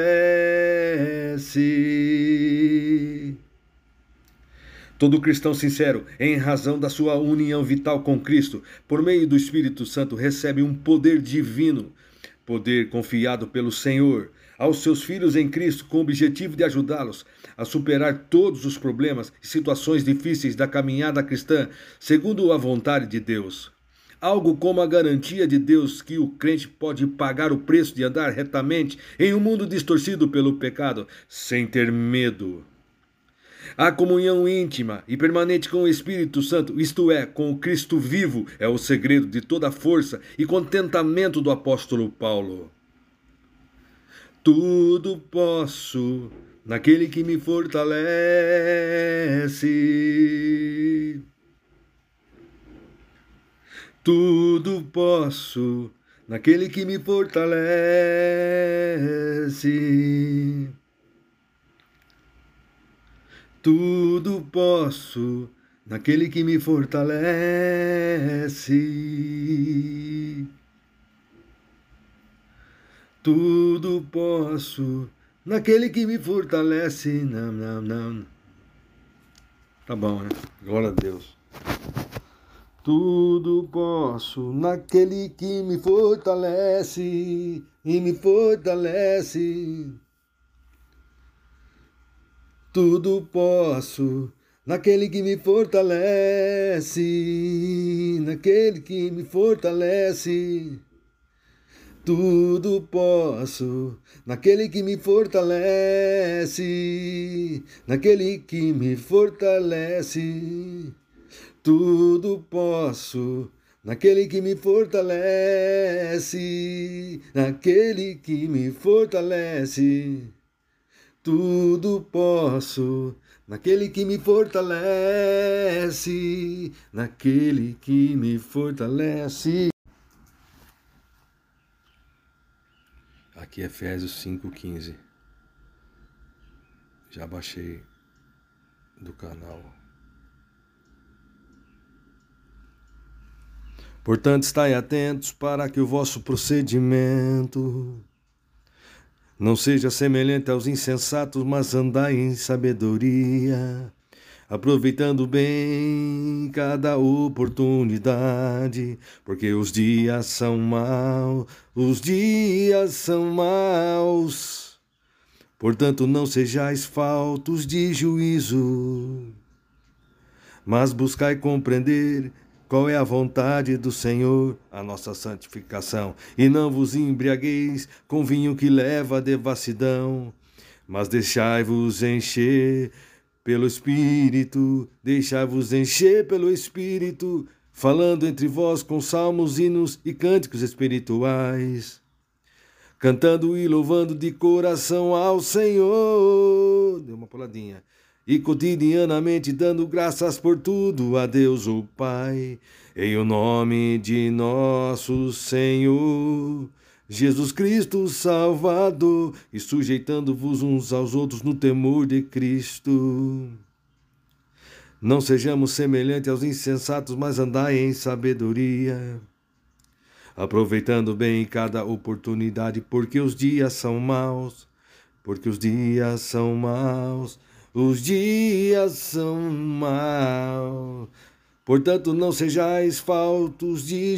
fortalece. Todo cristão sincero, em razão da sua união vital com Cristo, por meio do Espírito Santo, recebe um poder divino, poder confiado pelo Senhor aos seus filhos em Cristo, com o objetivo de ajudá-los a superar todos os problemas e situações difíceis da caminhada cristã, segundo a vontade de Deus. Algo como a garantia de Deus que o crente pode pagar o preço de andar retamente em um mundo distorcido pelo pecado, sem ter medo. A comunhão íntima e permanente com o Espírito Santo, isto é, com o Cristo vivo, é o segredo de toda a força e contentamento do apóstolo Paulo. Tudo posso naquele que me fortalece. Tudo posso naquele que me fortalece. Tudo posso naquele que me fortalece. Tudo posso naquele que me fortalece. Não, não, não. Tá bom, né? Glória a Deus. Tudo posso naquele que me fortalece e me fortalece. Tudo posso naquele que me fortalece, naquele que me fortalece. Tudo posso naquele que me fortalece, naquele que me fortalece. Tudo posso naquele que me fortalece, naquele que me fortalece. Tudo posso naquele que me fortalece, naquele que me fortalece. Aqui é Efésios cinco, quinze. Já baixei do canal. Portanto, estai atentos para que o vosso procedimento não seja semelhante aos insensatos, mas andai em sabedoria, aproveitando bem cada oportunidade, porque os dias são maus, os dias são maus. Portanto, não sejais faltos de juízo, mas buscai compreender qual é a vontade do Senhor, a nossa santificação. E não vos embriagueis com vinho que leva à devassidão, mas deixai-vos encher pelo Espírito, deixai-vos encher pelo Espírito, falando entre vós com salmos, hinos e cânticos espirituais, cantando e louvando de coração ao Senhor. Deu uma puladinha. E cotidianamente dando graças por tudo a Deus o Pai, em o nome de nosso Senhor Jesus Cristo Salvador, e sujeitando-vos uns aos outros no temor de Cristo. Não sejamos semelhantes aos insensatos, mas andai em sabedoria, aproveitando bem cada oportunidade, porque os dias são maus, porque os dias são maus, os dias são maus. Portanto, não sejais faltos de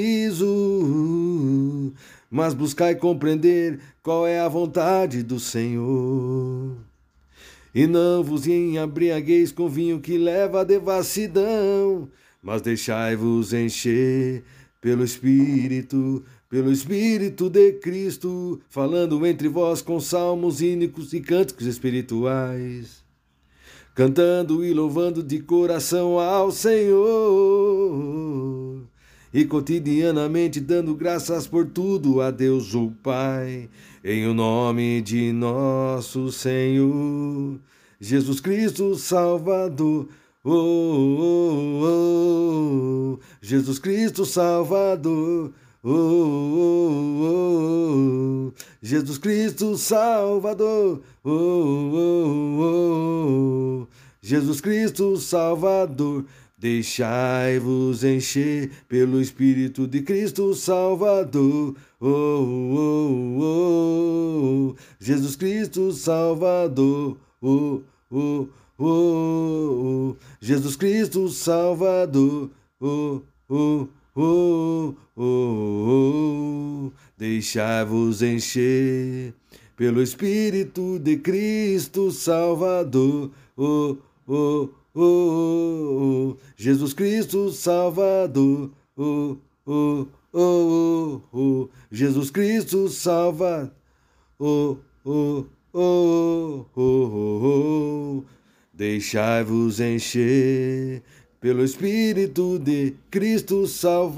juízo, mas buscai compreender qual é a vontade do Senhor. E não vos embriagueis com vinho que leva à devassidão, mas deixai-vos encher pelo Espírito, pelo Espírito de Cristo, falando entre vós com salmos, hinos e cânticos espirituais, cantando e louvando de coração ao Senhor, e cotidianamente dando graças por tudo a Deus o Pai, em o nome de nosso Senhor Jesus Cristo Salvador. Oh, oh, oh, Jesus Cristo Salvador. Oh, oh, oh, Jesus Cristo Salvador. Oh, oh, oh, Jesus Cristo Salvador. Deixai-vos encher pelo Espírito de Cristo Salvador. Oh, oh, oh, Jesus Cristo Salvador. Oh, oh, oh, Jesus Cristo Salvador. Oh, oh, oh, oh, deixai-vos encher pelo Espírito de Cristo Salvador. Oh, oh, oh, Jesus Cristo Salvador. Oh, oh, oh, oh, Jesus Cristo Salvador. Oh, oh, oh, oh, oh, deixai-vos encher pelo Espírito de Cristo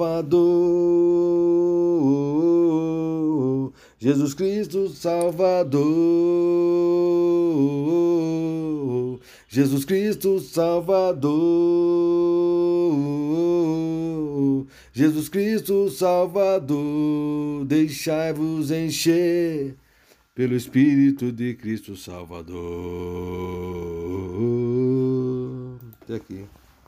Salvador. Jesus Cristo Salvador. Jesus Cristo Salvador. Jesus Cristo Salvador. Deixai-vos encher pelo Espírito de Cristo Salvador. Até aqui.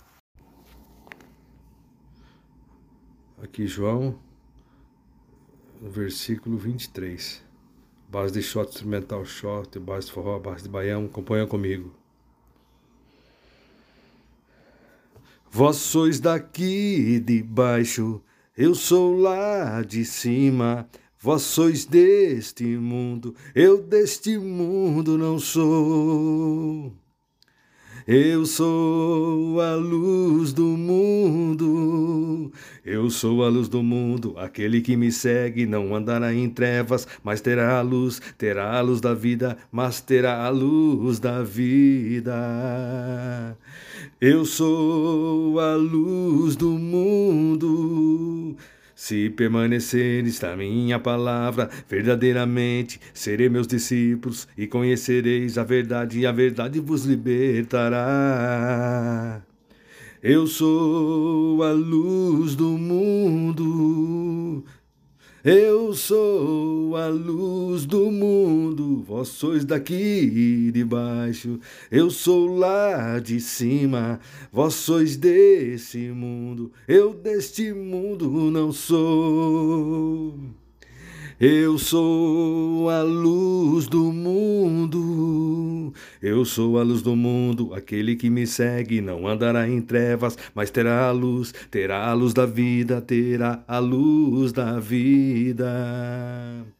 Aqui João, no versículo vinte e três. Base de shot instrumental, shot, base de forró, base de baião, acompanha comigo. Vós sois daqui de baixo, eu sou lá de cima. Vós sois deste mundo, eu deste mundo não sou. Eu sou a luz do mundo, eu sou a luz do mundo. Aquele que me segue não andará em trevas, mas terá a luz, terá a luz da vida, mas terá a luz da vida. Eu sou a luz do mundo. Se permaneceres na minha palavra, verdadeiramente serei meus discípulos, e conhecereis a verdade, e a verdade vos libertará. Eu sou a luz do mundo, eu sou a luz do mundo. Vós sois daqui de baixo, eu sou lá de cima. Vós sois desse mundo, eu deste mundo não sou. Eu sou a luz do mundo, eu sou a luz do mundo. Aquele que me segue não andará em trevas, mas terá a luz, terá a luz da vida, terá a luz da vida.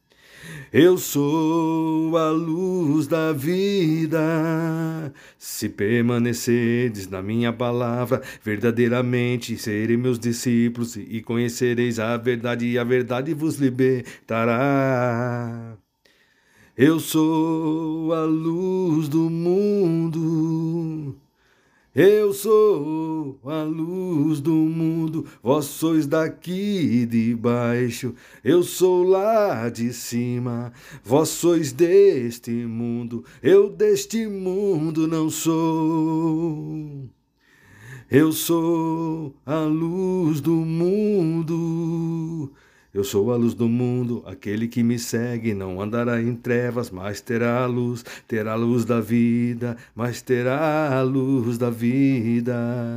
Eu sou a luz da vida. Se permaneceres na minha palavra, verdadeiramente serei meus discípulos e conhecereis a verdade, e a verdade vos libertará. Eu sou a luz do mundo. Eu sou a luz do mundo, vós sois daqui de baixo, eu sou lá de cima, vós sois deste mundo, eu deste mundo não sou. Eu sou a luz do mundo. Eu sou a luz do mundo, aquele que me segue não andará em trevas, mas terá a luz, terá a luz da vida, mas terá a luz da vida.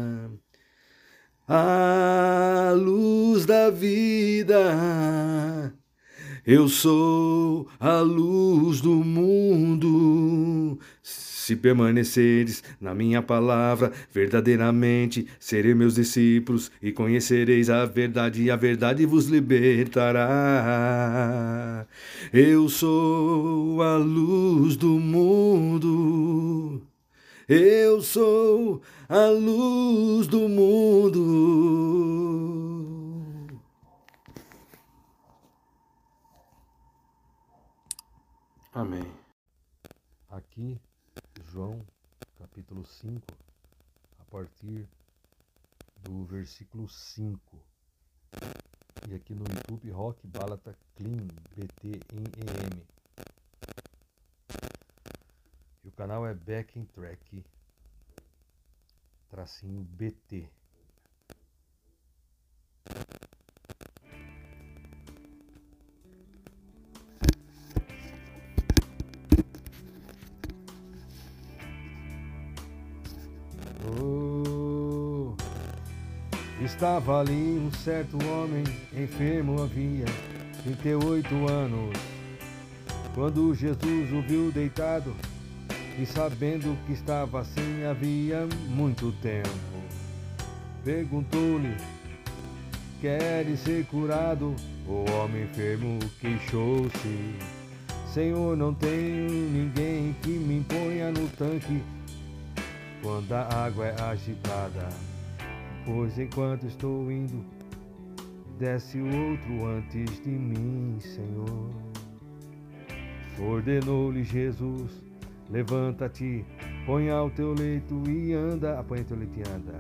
A luz da vida. Eu sou a luz do mundo. Se permaneceres na minha palavra, verdadeiramente serei meus discípulos e conhecereis a verdade, e a verdade vos libertará. Eu sou a luz do mundo. Eu sou a luz do mundo. Amém. Aqui, João, capítulo cinco, a partir do versículo cinco. E aqui no YouTube, Rock Balata Clean B T em E M. E o canal é Backing Track, tracinho B T. Oh, estava ali um certo homem, enfermo havia trinta e oito anos. Quando Jesus o viu deitado, e sabendo que estava assim havia muito tempo, perguntou-lhe: queres ser curado? O homem enfermo queixou-se: Senhor, não tenho ninguém que me ponha no tanque quando a água é agitada, pois enquanto estou indo, desce outro antes de mim, Senhor. Ordenou-lhe Jesus: levanta-te, põe ao teu leito e anda. Apanha teu leito e anda.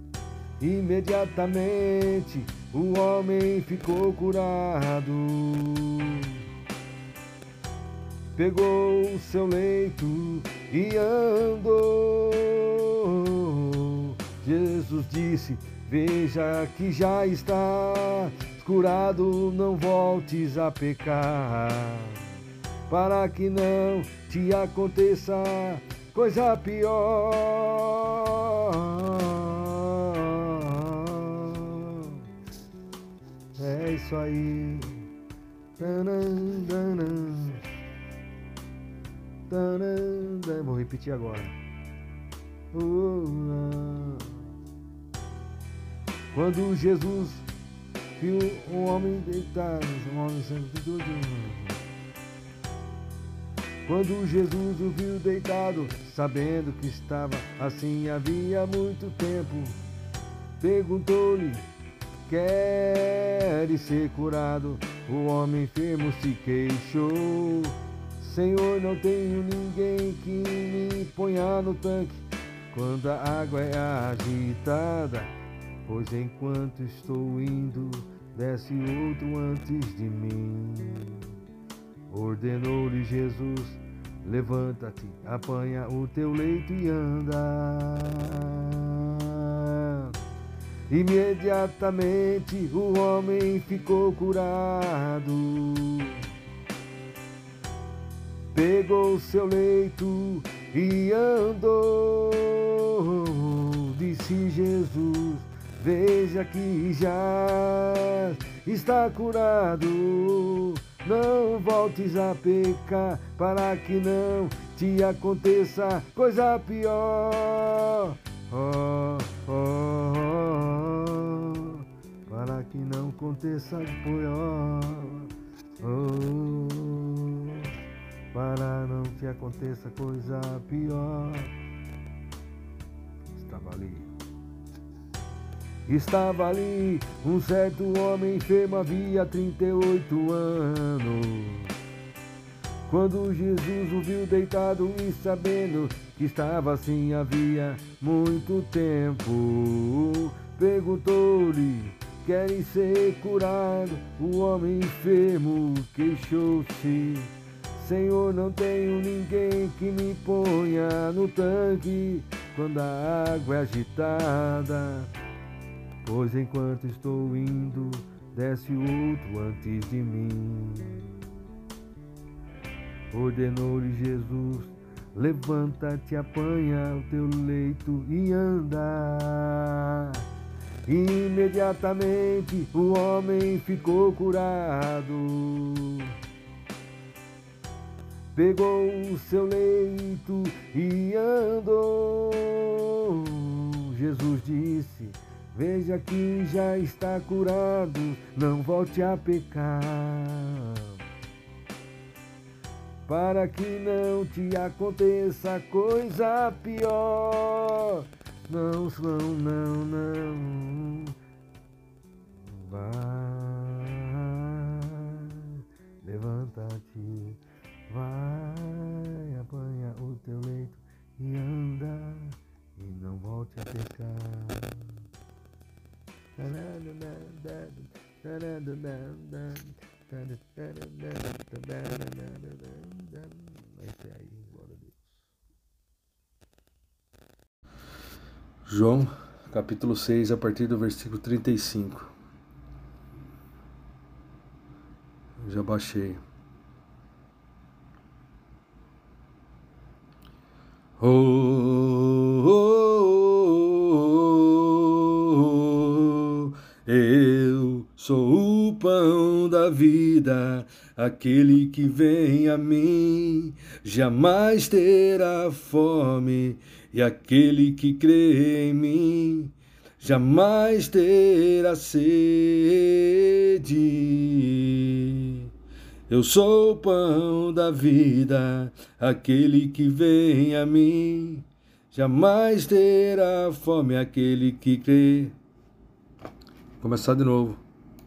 Imediatamente o homem ficou curado, pegou o seu leito e andou. Jesus disse: veja que já estás curado, não voltes a pecar, para que não te aconteça coisa pior. É isso aí. Tanan, tanan. Tanan, tanan. Vou repetir agora. Quando Jesus viu um homem deitado, um homem sendo tudo. Quando Jesus o viu deitado, sabendo que estava assim havia muito tempo, perguntou-lhe: queres ser curado? O homem enfermo se queixou: Senhor, não tenho ninguém que me ponha no tanque quando a água é agitada, pois enquanto estou indo, desce outro antes de mim. Ordenou-lhe Jesus: levanta-te, apanha o teu leito e anda. Imediatamente o homem ficou curado, pegou seu leito e andou. Disse Jesus: veja que já está curado, não voltes a pecar, para que não te aconteça coisa pior. Oh, oh, oh, para que não aconteça pior. Oh. para não te aconteça coisa pior. Estava ali, estava ali um certo homem enfermo havia trinta e oito anos. Quando Jesus o viu deitado e sabendo que estava assim havia muito tempo, perguntou-lhe: queres ser curado? O homem enfermo queixou-se: Senhor, não tenho ninguém que me ponha no tanque quando a água é agitada, pois enquanto estou indo, desce outro antes de mim. Ordenou-lhe Jesus: levanta-te, apanha o teu leito e anda. Imediatamente o homem ficou curado. Pegou o seu leito e andou. Jesus disse: veja que já está curado, não volte a pecar, para que não te aconteça coisa pior. Não, não, não, não. Vai, levanta-te, vai, apanha o teu leito e anda, e não volte a pecar. Esse aí, glória a Deus. João, capítulo seis, a partir do versículo trinta e cinco. Eu já baixei. Oh, oh, oh, oh, eu sou o pão da vida, aquele que vem a mim jamais terá fome, e aquele que crê em mim jamais terá sede. Eu sou o pão da vida, aquele que vem a mim jamais terá fome, aquele que crê. Vou começar de novo.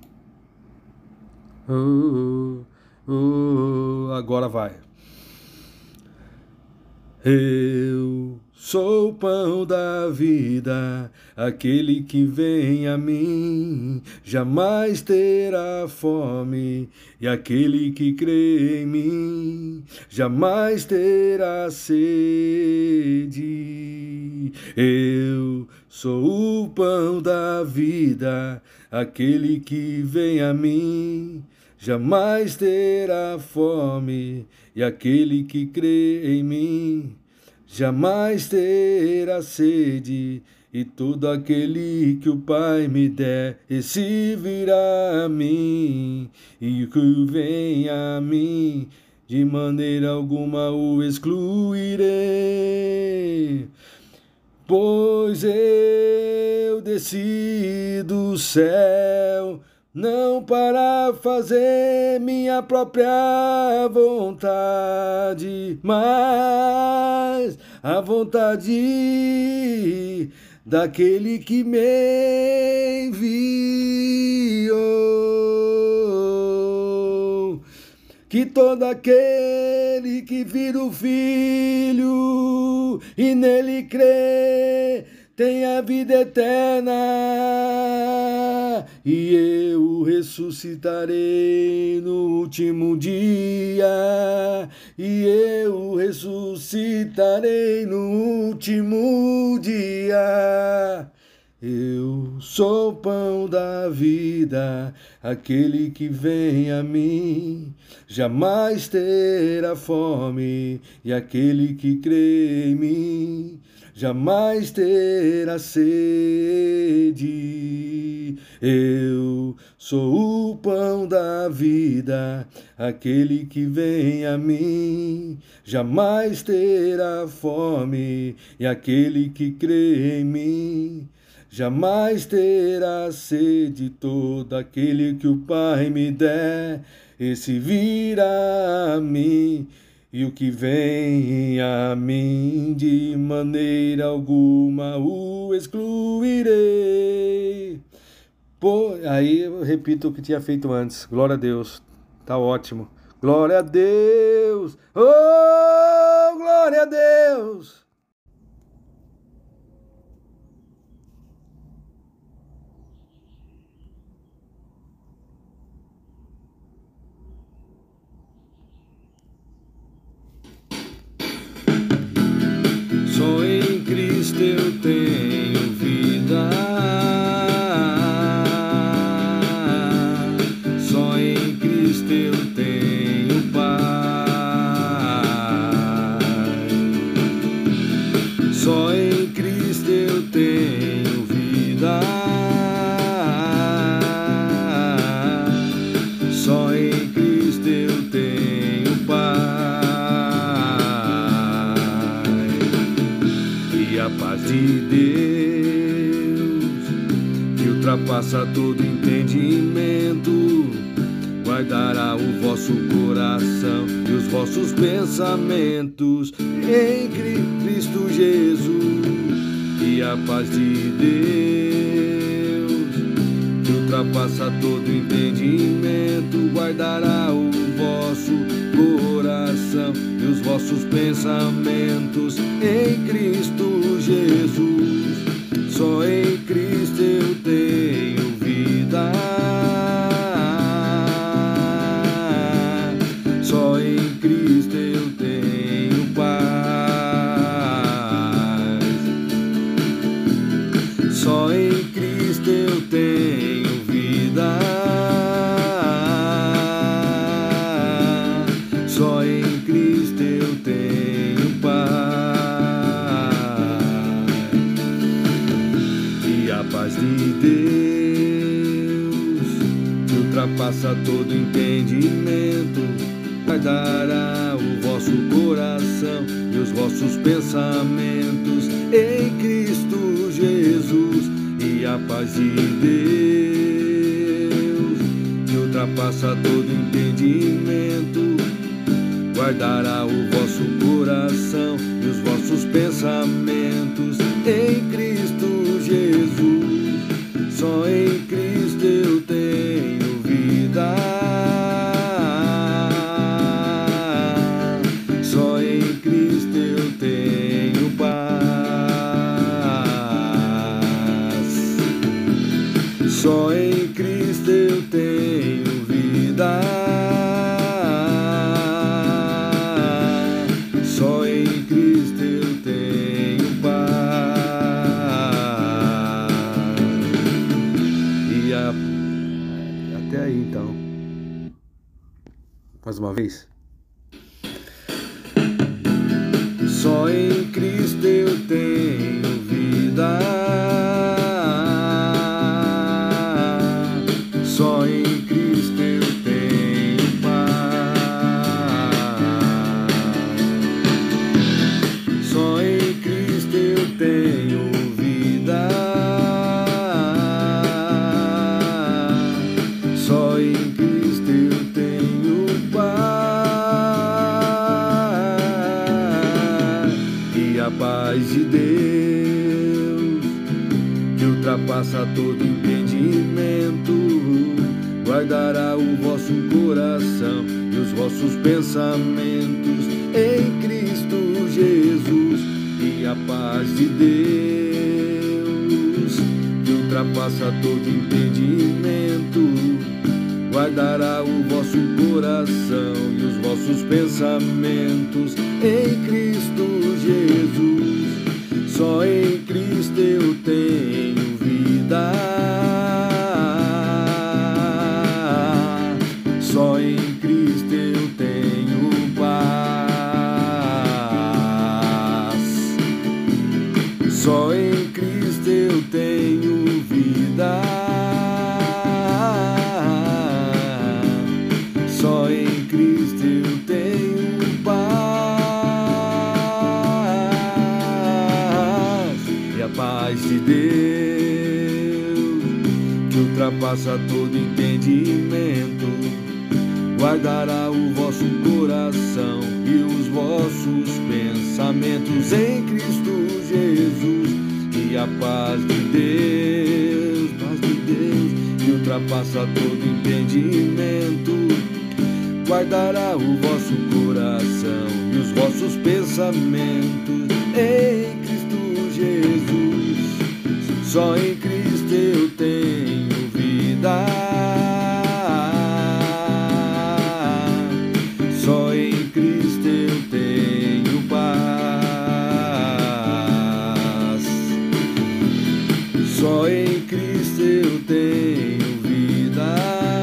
Oh, oh, oh, agora vai. Eu sou o pão da vida, aquele que vem a mim jamais terá fome, e aquele que crê em mim jamais terá sede. Eu sou o pão da vida, aquele que vem a mim jamais terá fome, e aquele que crê em mim jamais terá sede. E todo aquele que o Pai me der, esse virá a mim, e o que vem a mim, de maneira alguma o excluirei. Pois eu desci do céu, não para fazer minha própria vontade, mas a vontade daquele que me enviou. Que todo aquele que vira o Filho e nele crê tenha vida eterna, e eu ressuscitarei no último dia, e eu ressuscitarei no último dia. Eu sou o pão da vida, aquele que vem a mim jamais terá fome, e aquele que crê em mim jamais terá sede. Eu sou o pão da vida, aquele que vem a mim jamais terá fome, e aquele que crê em mim jamais terá sede. Todo aquele que o Pai me der, esse virá a mim, e o que vem a mim de maneira alguma o excluirei. Pô, aí eu repito o que tinha feito antes. Glória a Deus. Tá ótimo. Glória a Deus. Oh, glória a Deus. Só em Cristo eu tenho vida. Só em Cristo eu tenho paz. Só em Cristo eu tenho vida. Só em Cristo eu tenho paz. E a paz de Deus, que ultrapassa todo entendimento, guardará o vosso coração e os vossos pensamentos em Cristo Jesus. E a paz de Deus, que ultrapassa todo entendimento, guardará o vosso coração e os vossos pensamentos em Cristo Jesus. Só em Cristo eu tenho vida. Só em Cristo eu tenho paz. Só em Cristo eu tenho vida. Só em Cristo eu tenho paz. E a paz de Deus, que ultrapassa todo entendimento, guardará o vosso coração e os vossos pensamentos em Cristo Jesus. E a paz de Deus, que ultrapassa todo entendimento, guardará o vosso coração e os vossos pensamentos em Cristo Jesus. Só em Cristo eu tenho vida. Só em Cristo eu tenho paz. Só em Cristo eu tenho vida. Só em Cristo eu tenho paz. E a... até aí então. Mais uma vez. Só em Cristo eu tenho vida. Só em Cristo eu tenho paz. Só em Cristo eu tenho vida. Só em Cristo eu tenho paz. E a paz de Deus, que ultrapassa todo entendimento, guardará o vosso coração e os vossos pensamentos em Cristo Jesus. E a paz de Deus, que ultrapassa todo entendimento, guardará o vosso coração e os vossos pensamentos em Cristo Jesus. Só em Cristo eu tenho vida. Só em Cristo eu tenho paz. Só em Cristo eu tenho vida. Só em Cristo eu tenho paz. E a paz de Deus, que ultrapassa todo entendimento, guardará o vosso coração e os vossos pensamentos em Cristo Jesus. E a paz de Deus, paz de Deus, que ultrapassa todo entendimento, guardará o vosso coração e os vossos pensamentos em Cristo Jesus. Só em Cristo eu tenho vida, só em Cristo eu tenho paz, só em Cristo eu tenho vida,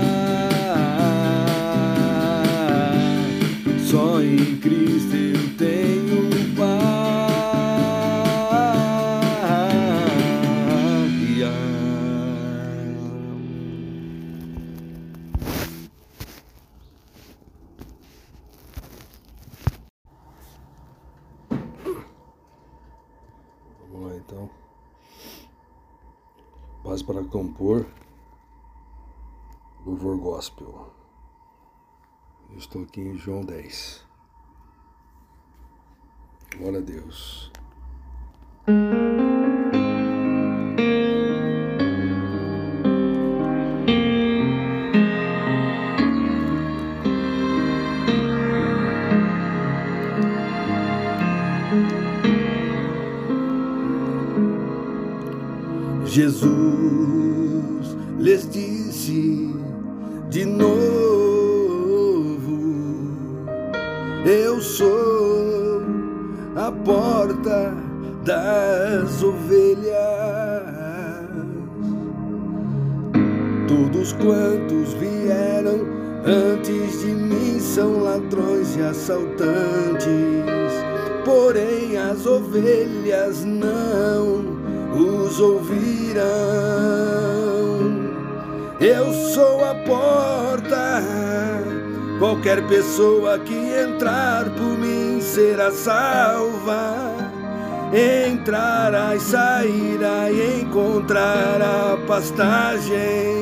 só em Cristo eu tenho paz. Vamos lá então. Paz para compor louvor gospel. Eu estou aqui em João dez. Glória a Deus. Jesus lhes disse de novo: eu sou a porta das ovelhas. Todos quantos vieram antes de mim são ladrões e assaltantes, porém as ovelhas não os ouvirão. Eu sou a porta, qualquer pessoa que entrar por mim será salva. Entrará e sairá e encontrará pastagem.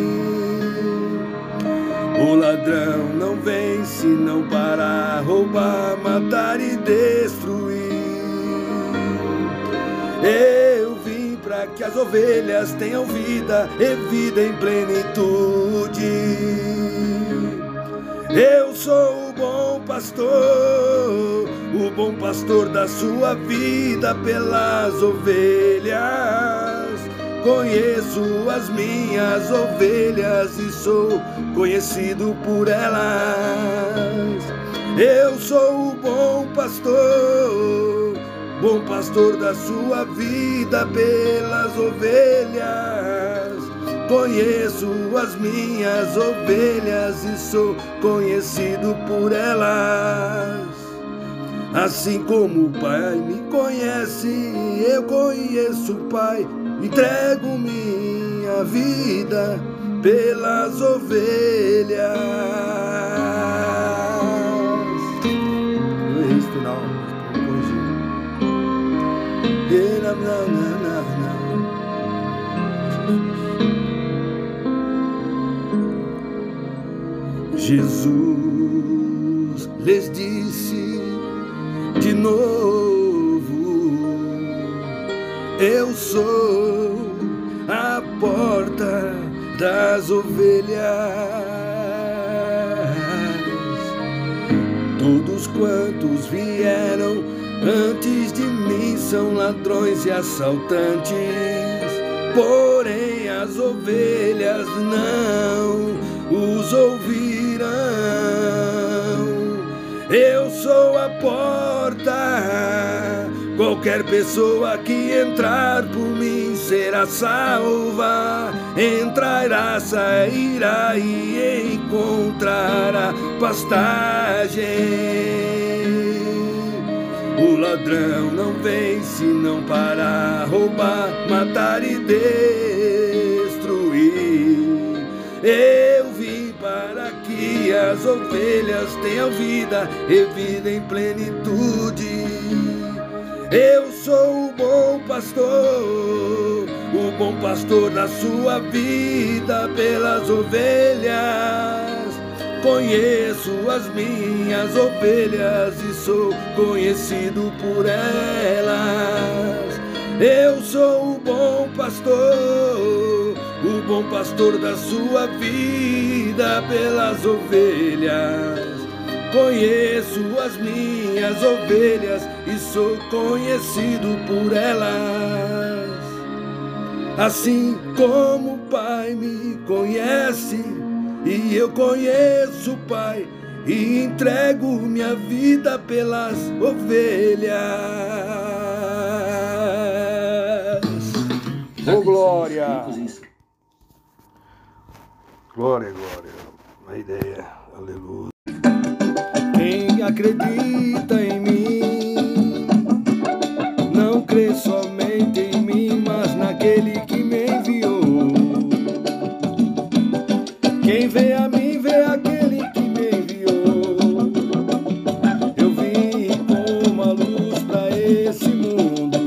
O ladrão não vem senão para roubar, matar e destruir. Eu vim para que as ovelhas tenham vida e vida em plenitude. Eu sou o bom pastor, o bom pastor da sua vida pelas ovelhas. Conheço as minhas ovelhas e sou conhecido por elas. Eu sou o bom pastor, bom pastor da sua vida pelas ovelhas. Conheço as minhas ovelhas e sou conhecido por elas. Assim como o Pai me conhece, eu conheço o Pai. Entrego minha vida pelas ovelhas. Eu errei esse final, vou corrigir. Jesus lhes disse de novo: eu sou a porta das ovelhas. Todos quantos vieram antes de mim são ladrões e assaltantes, porém as ovelhas não os ouvirão. Eu sou a porta, qualquer pessoa que entrar por mim será salva. Entrará, sairá e encontrará pastagem. O ladrão não vem senão para roubar, matar e destruir. Eu vim para que as ovelhas tenham vida e vida em plenitude. Eu sou o bom pastor, o bom pastor da sua vida pelas ovelhas. Conheço as minhas ovelhas e sou conhecido por elas. Eu sou o bom pastor, o bom pastor da sua vida pelas ovelhas. Conheço as minhas ovelhas e sou conhecido por elas. Assim como o Pai me conhece e eu conheço o Pai e entrego minha vida pelas ovelhas. Oh, glória! Glória, glória. Uma ideia. Aleluia. Quem acredita em mim não crê somente em mim, mas naquele que me enviou. Quem vê a mim, vê aquele que me enviou. Eu vim como a luz para esse mundo,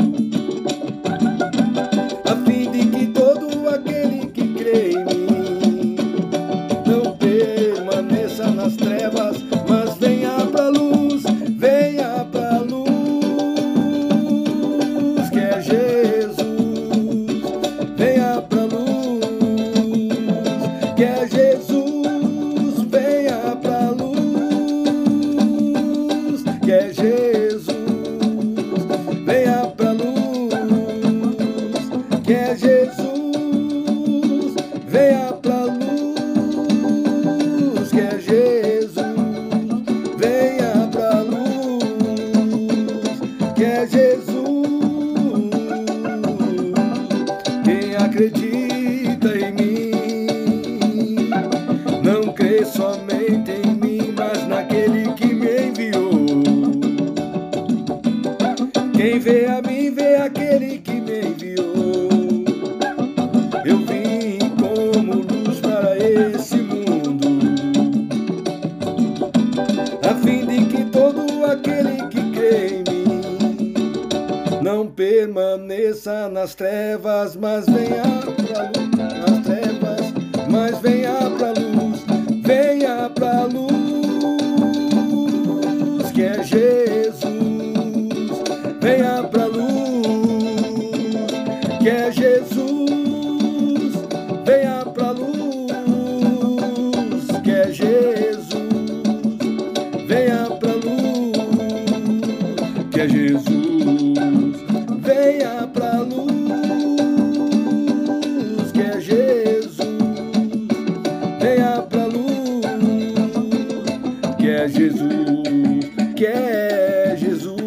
a fim de que todo aquele que crê em mim não permaneça nas trevas, mas venha pra luz, venha pra luz, que é Jesus. Venha pra luz, que é Jesus. Venha pra luz, que é Jesus. Venha pra luz, que é Jesus. Venha pra luz, que é Jesus. Venha pra luz, que é Jesus. Quem acredita em mim não crê somente em mim, mas naquele que me enviou. Quem vê a mim, vê aquele que me enviou. Eu vim como luz para esse mundo, a fim de que todo aquele que crê em mim não permaneça nas trevas, mas venha pra luz, nas trevas, mas venha pra luz, venha pra luz, que é Jesus. Venha pra luz, que é Jesus. Venha pra luz, que é Jesus. Venha pra luz, que é Jesus. Venha pra luz, que é Jesus. Venha pra luz, que é Jesus, que é Jesus.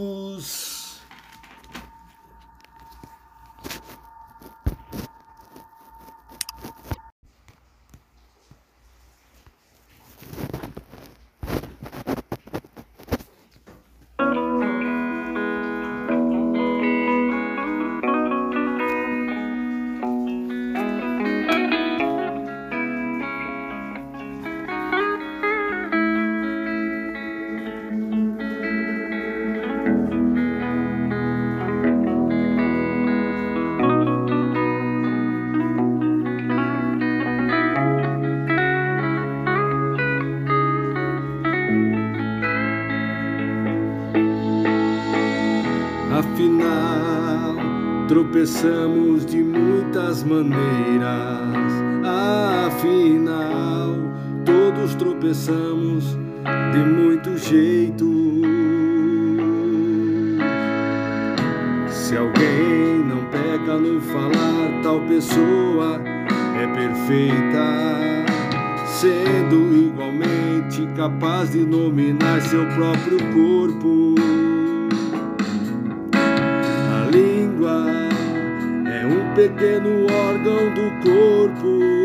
Afinal, tropeçamos de muitas maneiras. Afinal, todos tropeçamos de muitos jeitos. Se alguém não peca no falar, tal pessoa é perfeita, sendo igualmente capaz de dominar seu próprio corpo. A língua é um pequeno órgão do corpo,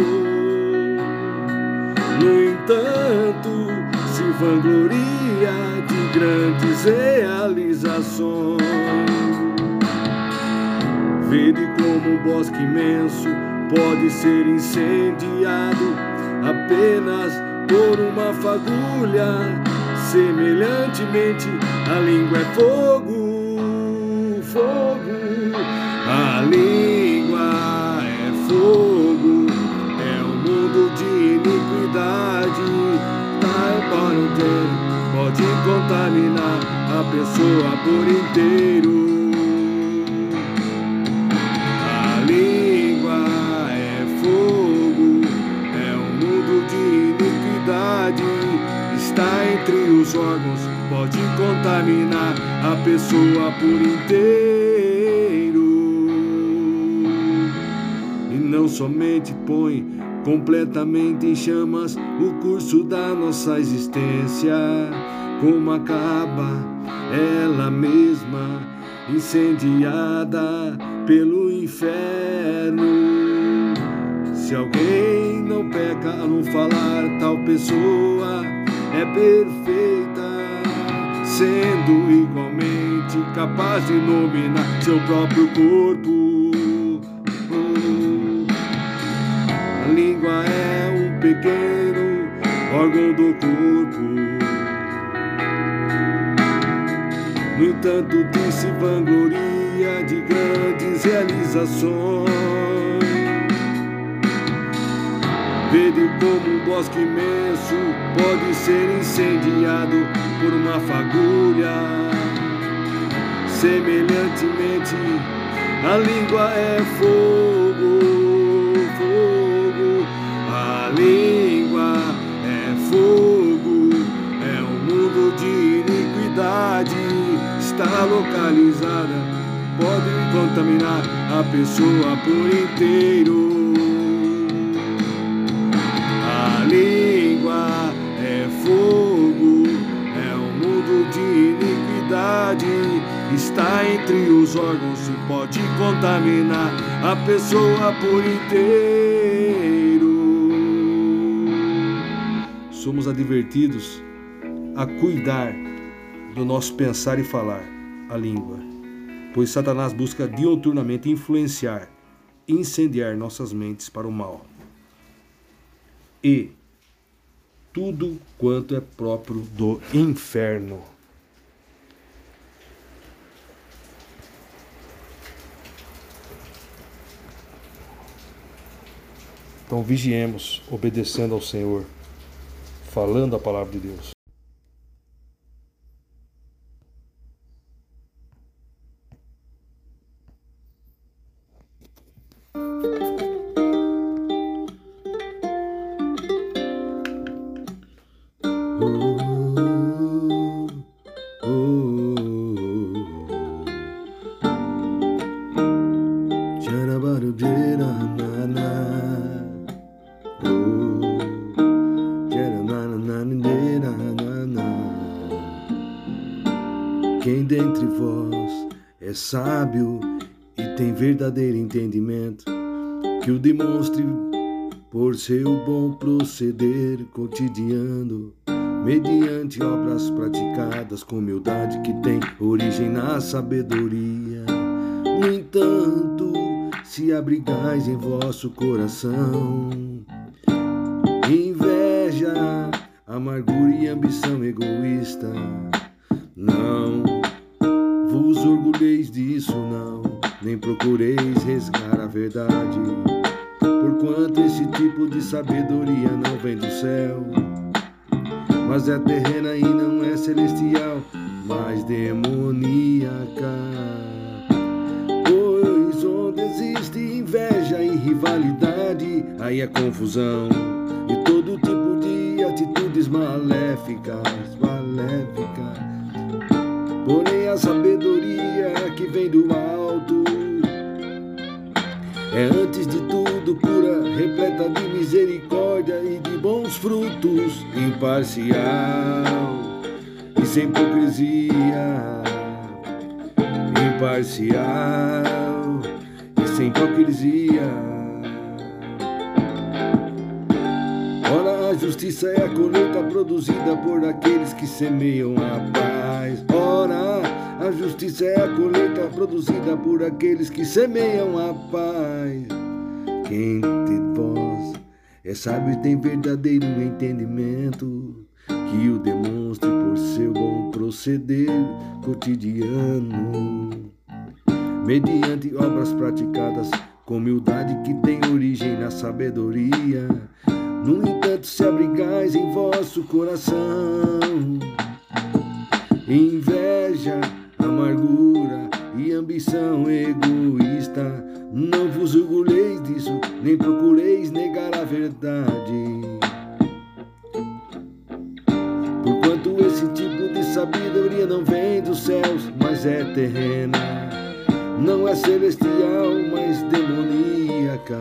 no entanto, se vangloria de grandes realizações. Vede como um bosque imenso pode ser incendiado apenas por uma fagulha. Semelhantemente, a língua é fogo, fogo. A língua é fogo, é um mundo de iniquidade. tá para o tempo, pode contaminar a pessoa por inteiro. A língua é fogo, é um mundo de iniquidade, está entre os órgãos, pode contaminar a pessoa por inteiro. E não somente põe completamente em chamas o curso da nossa existência, como acaba ela mesma incendiada pelo inferno. Se alguém não peca a não falar, tal pessoa é perfeita, sendo igualmente capaz de dominar seu próprio corpo. A língua é um pequeno órgão do corpo, no entanto, de se vangloria de grandes realizações. Vede como um bosque imenso pode ser incendiado por uma fagulha. Semelhantemente, a língua é fogo, fogo. A língua é fogo, é um mundo de iniquidade, está localizada, pode contaminar a pessoa por inteiro. A língua é fogo, é um mundo de iniquidade, está entre os órgãos e pode contaminar a pessoa por inteiro. Somos advertidos a cuidar do nosso pensar e falar, a língua, pois Satanás busca diuturnamente influenciar, incendiar nossas mentes para o mal e tudo quanto é próprio do inferno. Então vigiemos, obedecendo ao Senhor, falando a palavra de Deus. Quem dentre vós é sábio e tem verdadeiro entendimento, que o demonstre por seu bom proceder cotidiano, mediante obras praticadas com humildade que tem origem na sabedoria. No entanto, se abrigais em vosso coração inveja, amargura e ambição egoísta, não vos orgulheis disso, não, nem procureis resgar a verdade, porquanto esse tipo de sabedoria não vem do céu, mas é terrena e não é celestial, mas demoníaca. Pois onde existe inveja e rivalidade, aí é confusão e todo tipo de atitudes maléficas, maléficas. Porém a sabedoria que vem do alto é antes de tudo pura, repleta de misericórdia e de bons frutos, imparcial e sem hipocrisia, imparcial e sem hipocrisia. Ora, a justiça é a colheita produzida por aqueles que semeiam a paz. Ora, a justiça é a colheita produzida por aqueles que semeiam a paz. Quem de vós é sábio e tem verdadeiro entendimento, que o demonstre por seu bom proceder cotidiano, mediante obras praticadas com humildade que tem origem na sabedoria. No entanto, se abrigais em vosso coração inveja, amargura e ambição egoísta, não vos orgulheis disso, nem procureis negar a verdade. Porquanto esse tipo de sabedoria não vem dos céus, mas é terrena, não é celestial, mas demoníaca.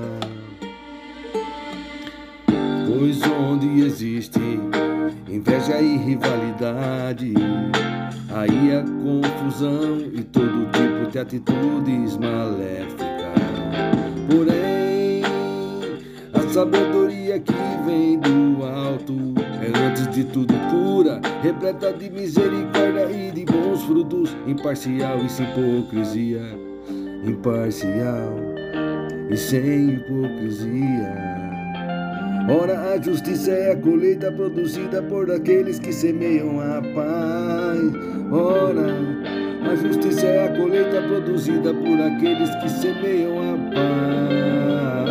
Pois onde existe inveja e rivalidade, aí há confusão e todo tipo de atitudes maléficas. Porém, a sabedoria que vem do alto é antes de tudo pura, repleta de misericórdia e de bons frutos, imparcial e sem hipocrisia, imparcial e sem hipocrisia. Ora, a justiça é a colheita produzida por aqueles que semeiam a paz. Ora, a justiça é a colheita produzida por aqueles que semeiam a paz.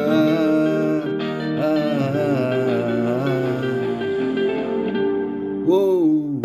Uou,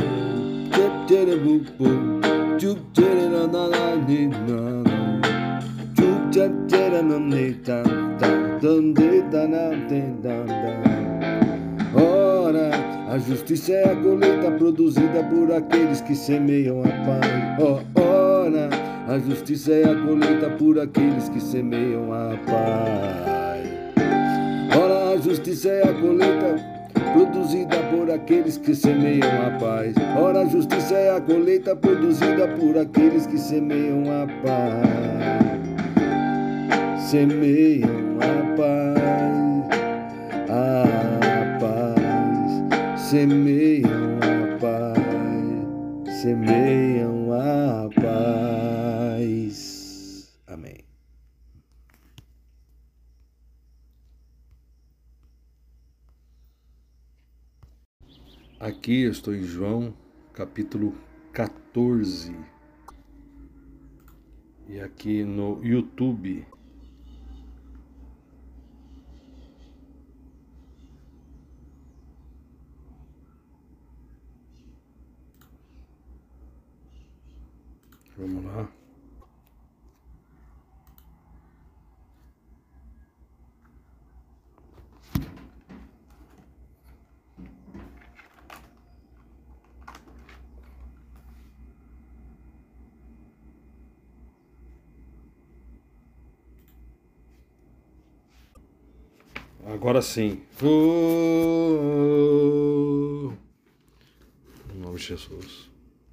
ora, a justiça é a colheita produzida por aqueles que semeiam a paz. Oh, ora, a justiça é a colheita por aqueles que semeiam a paz. Ora, a justiça é a colheita produzida por aqueles que semeiam a paz. Ora, a justiça é a colheita produzida por aqueles que semeiam a paz. Semeiam a paz, a paz, semeiam a paz, semeiam a paz. Amém. Aqui eu estou em João, capítulo quatorze. E aqui no YouTube vamos lá. Agora sim. Oh, em nome de Jesus.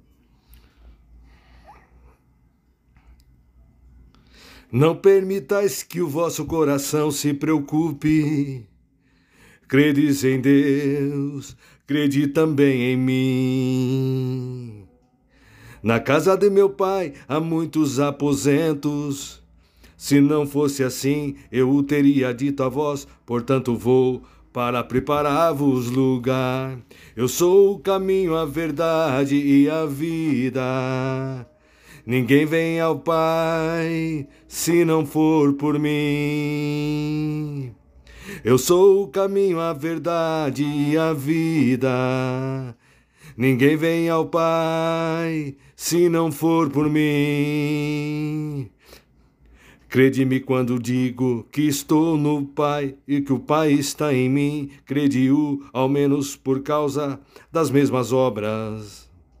Não permitais que o vosso coração se preocupe. Credes em Deus, crede também em mim. Na casa de meu pai há muitos aposentos. Se não fosse assim, eu o teria dito a vós, portanto vou para preparar-vos lugar. Eu sou o caminho, a verdade e a vida. Ninguém vem ao Pai se não for por mim. Eu sou o caminho, a verdade e a vida. Ninguém vem ao Pai se não for por mim. Crede-me quando digo que estou no Pai e que o Pai está em mim. Crede-o, ao menos por causa das mesmas obras.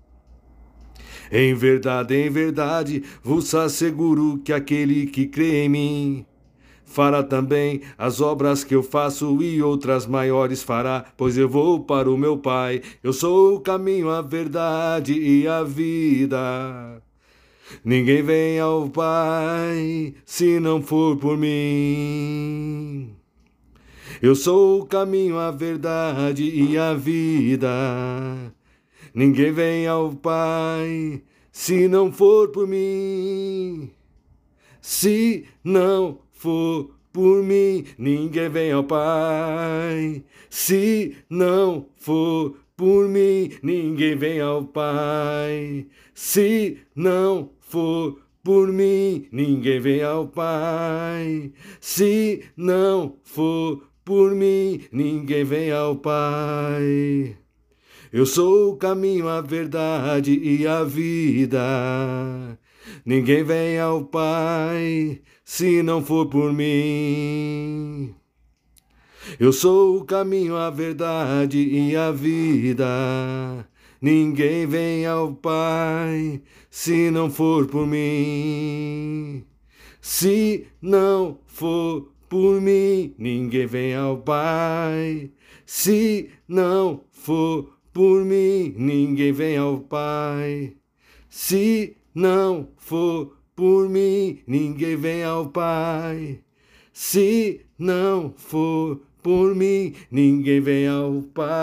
Em verdade, em verdade, vos asseguro que aquele que crê em mim fará também as obras que eu faço e outras maiores fará, pois eu vou para o meu Pai. Eu sou o caminho, a verdade e a vida. Ninguém vem ao Pai se não for por mim. Eu sou o caminho, a verdade e a vida. Ninguém vem ao Pai se não for por mim. Se não for por mim, ninguém vem ao Pai. Se não for por mim, ninguém vem ao Pai. Se não for por mim, ninguém vem ao Pai. Se não for por mim ninguém vem ao Pai. Eu sou o caminho, a verdade e a vida. Ninguém vem ao Pai se não for por mim. Eu sou o caminho, a verdade e a vida. Ninguém vem ao Pai se não for por mim. Se não for por mim, ninguém vem ao Pai. Se não for por mim, ninguém vem ao Pai. Se não for por mim, ninguém vem ao Pai. Se não for por mim, ninguém vem ao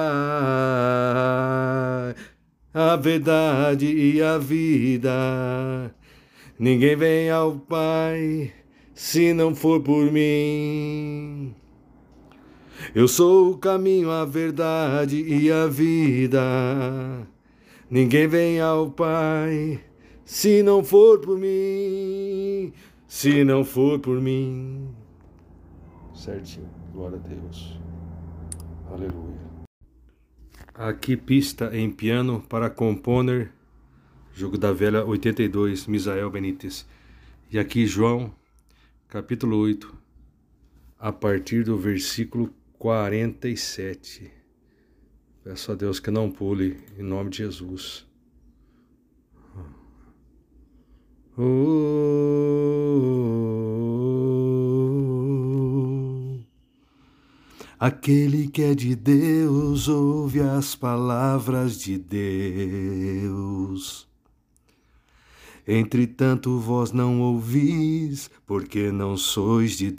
Pai. A verdade e a vida. Ninguém vem ao Pai se não for por mim. Eu sou o caminho, a verdade e a vida. Ninguém vem ao Pai se não for por mim. Se não for por mim. Certinho. Glória a Deus. Aleluia. Aqui pista em piano para componer. Jogo da Velha oitenta e dois, Misael Benítez. E aqui João, capítulo oito, a partir do versículo quarenta e sete. Peço a Deus que não pule, em nome de Jesus. Oh, aquele que é de Deus ouve as palavras de Deus. Entretanto vós não ouvis, porque não sois de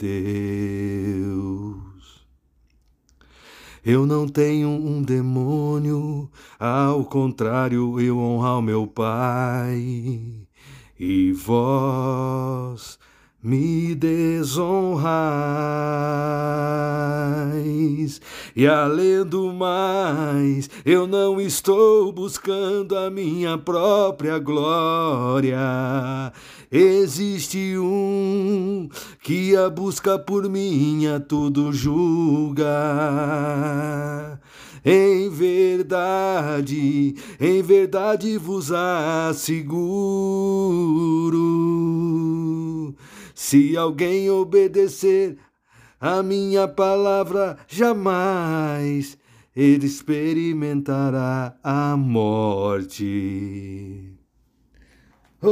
Deus. Eu não tenho um demônio, ao contrário, eu honro ao meu Pai. E vós me desonrais, e além do mais, eu não estou buscando a minha própria glória. Existe um que a busca por mim a tudo julga. Em verdade, em verdade vos asseguro, se alguém obedecer a minha palavra, jamais ele experimentará a morte. Oh,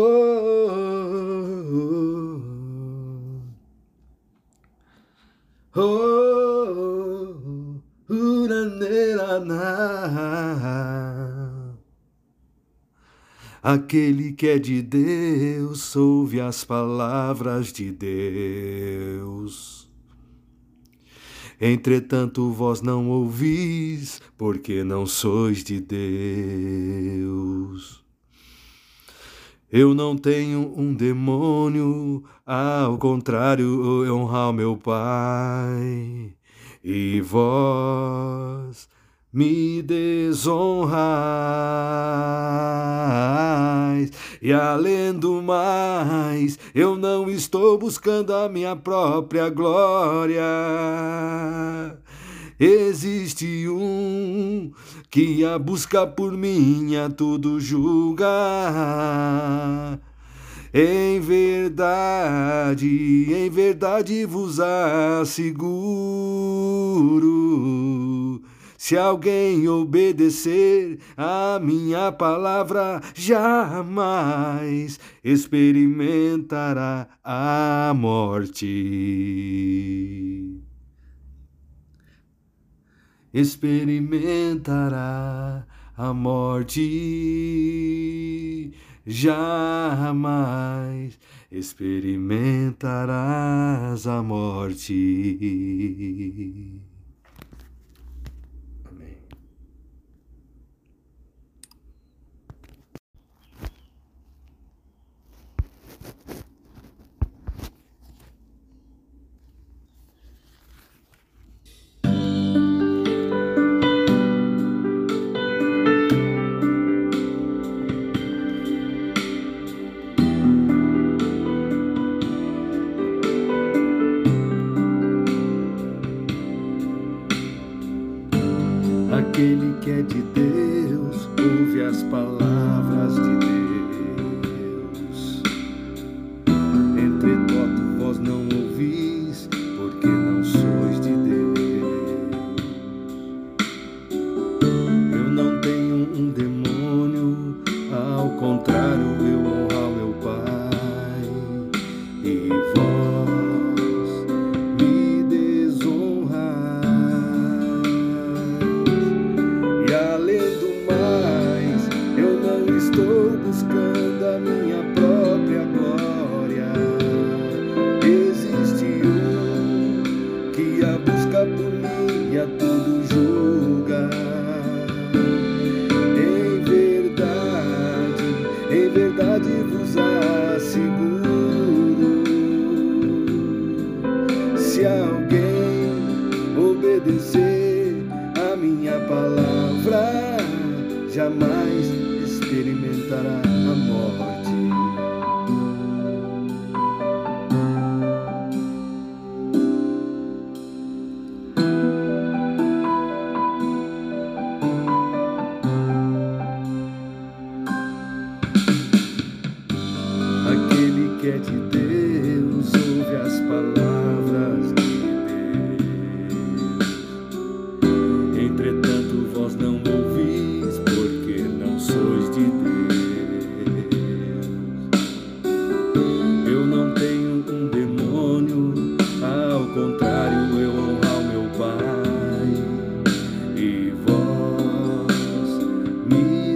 oh, oh, oh, oh, aquele que é de Deus ouve as palavras de Deus. Entretanto vós não ouvis, porque não sois de Deus. Eu não tenho um demônio, ao contrário, eu honro ao meu Pai. E vós me desonrais, e além do mais, eu não estou buscando a minha própria glória. Existe um que a busca por mim a tudo julga. Em verdade, em verdade vos asseguro, se alguém obedecer a minha palavra, jamais experimentará a morte. Experimentará a morte. Jamais experimentarás a morte. Amém. Aquele que é de Deus, ouve as palavras de Deus. Entretanto, vós não ouvis, porque não sois de Deus. Eu não tenho um demônio, ao contrário, eu honro ao meu Pai. E vós me desonrais. E além do mais, eu não estou buscando a minha própria glória. Existe um que a busca por mim e a tudo julga. Em verdade, em verdade vos asseguro, se alguém obedecer a minha palavra, jamais experimentará a morte. Aquele que é de Deus, ouve as palavras de Deus. Entretanto, vós não ouvis, porque não sois de Deus. Eu não tenho um demônio, ao contrário, eu honro ao meu Pai. E vós me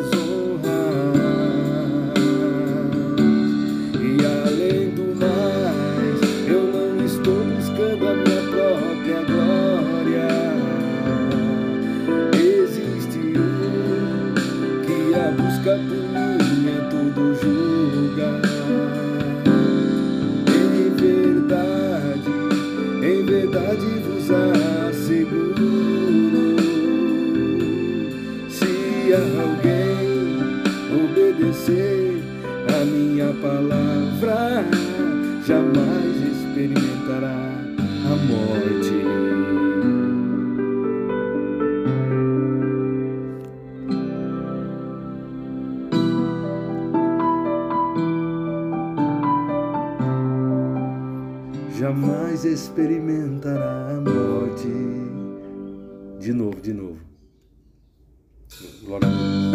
desonrais. E além do mais, eu não estou buscando a minha própria glória. Existe um que a busca por mim é tudo julga. Em verdade, em verdade vos asseguro, se alguém obedecer a minha palavra, jamais experimentará a morte. Jamais experimentará a morte. De novo, de novo. Glória a Deus.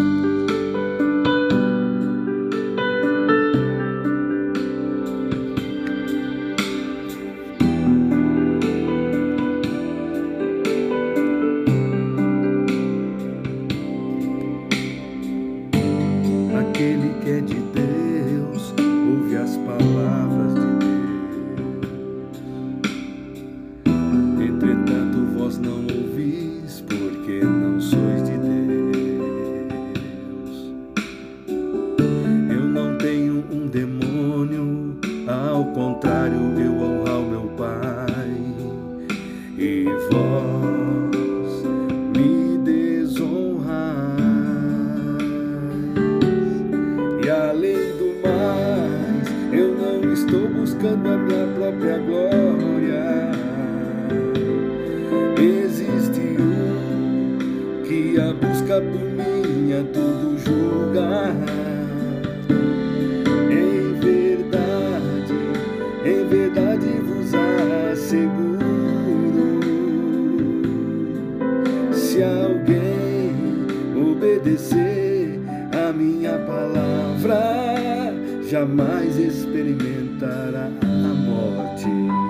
Aquele que é de Deus, ouve as palavras de Deus. Entretanto, vós não ouvis, porque não sois de Deus. Eu não tenho um demônio, ao contrário, eu honro ao meu Pai. E vós me desonrais. E além do mais, eu não estou buscando a minha própria glória. Existe um que a busca por mim a tudo julga. Em verdade, em verdade vos asseguro, se alguém obedecer a minha palavra, jamais experimentará a morte.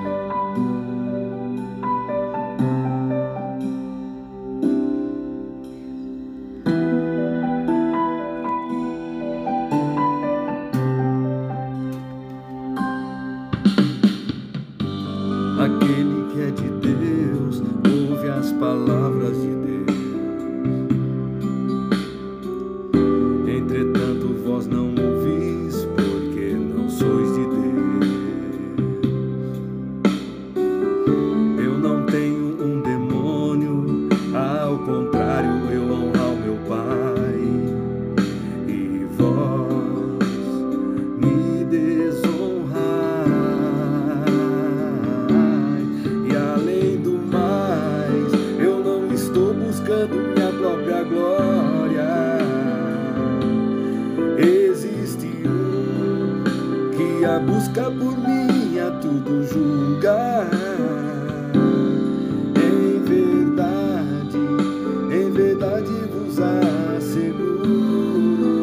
Aquele que é de Deus, ouve as palavras de Deus. Entretanto, vós não ouvis, porque não sois de Deus. Eu não tenho um demônio, ao contrário, eu honro ao meu Pai. E vós me desonrais. E além do mais, eu não busca por mim a tudo julgar. Em verdade, em verdade vos asseguro,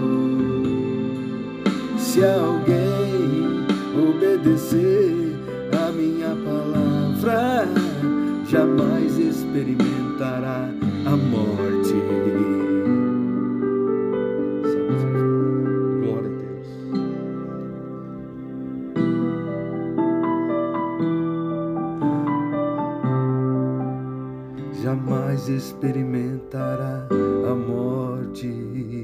se alguém obedecer a minha palavra, jamais experimentará a morte. Glória a Deus. Jamais experimentará a morte.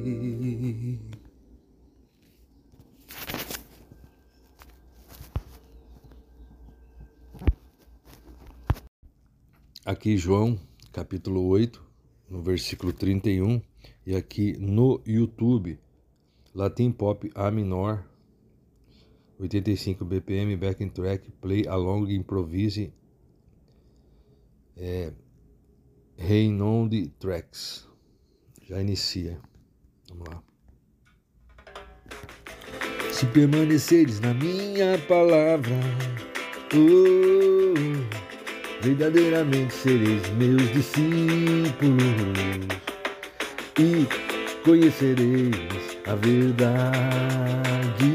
Aqui João, capítulo oito, no versículo trinta e um, e aqui no YouTube, Latin Pop A menor, oitenta e cinco B P M, backing track, play along, improvise, é, Reynold Tracks. Já inicia. Vamos lá. Se permaneceres na minha palavra, oh, verdadeiramente sereis meus discípulos e conhecereis a verdade,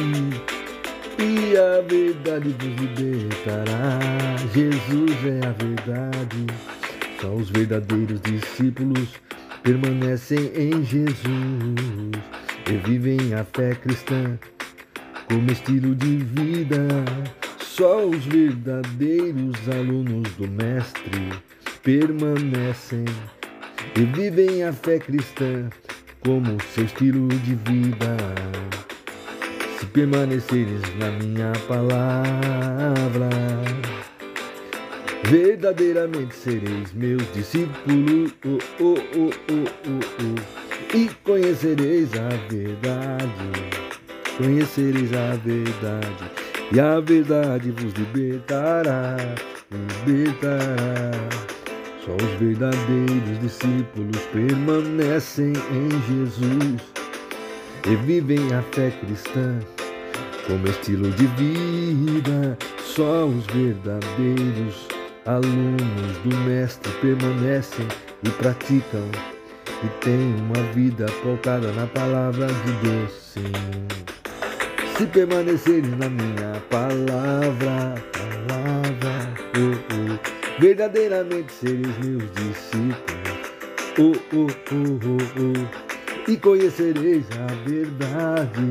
e a verdade vos libertará. Jesus é a verdade. Só os verdadeiros discípulos permanecem em Jesus e vivem a fé cristã como estilo de vida. Só os verdadeiros alunos do Mestre permanecem e vivem a fé cristã como seu estilo de vida. Se permaneceres na minha palavra, verdadeiramente sereis meus discípulos, oh, oh, oh, oh, oh, oh, e conhecereis a verdade, conhecereis a verdade, e a verdade vos libertará, libertará. Só os verdadeiros discípulos permanecem em Jesus e vivem a fé cristã como estilo de vida. Só os verdadeiros alunos do Mestre permanecem e praticam e têm uma vida pautada na palavra de Deus. Sim. Se permaneceres na minha palavra, palavra, oh, oh, verdadeiramente sereis meus discípulos, oh, oh, oh, oh, oh, e conhecereis a verdade,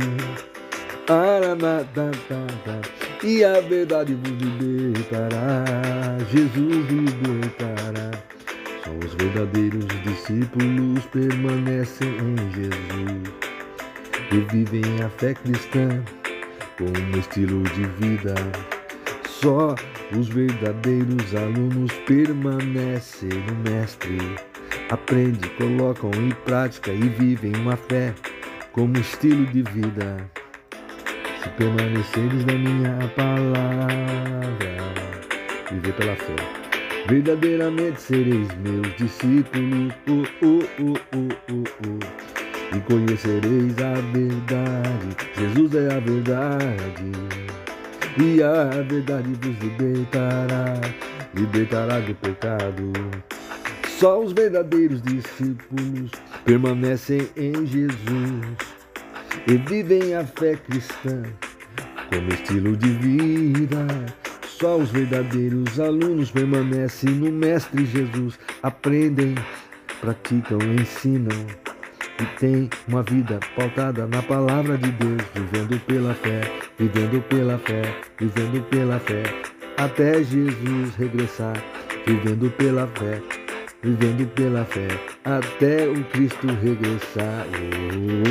aranatata, e a verdade vos libertará. Jesus libertará. Só os verdadeiros discípulos permanecem em Jesus e vivem a fé cristã como estilo de vida. Só os verdadeiros alunos permanecem no Mestre, aprendem, colocam em prática e vivem uma fé como estilo de vida. Se permaneceres na minha palavra, viver pela fé, verdadeiramente sereis meus discípulos, oh, oh, oh, oh, oh, oh, e conhecereis a verdade. Jesus é a verdade, e a verdade vos libertará, libertará do pecado. Só os verdadeiros discípulos permanecem em Jesus e vivem a fé cristã como estilo de vida. Só os verdadeiros alunos permanecem no Mestre Jesus, aprendem, praticam, ensinam e têm uma vida pautada na palavra de Deus, vivendo pela fé, vivendo pela fé, vivendo pela fé, até Jesus regressar, vivendo pela fé, vivendo pela fé, até o Cristo regressar. Oh,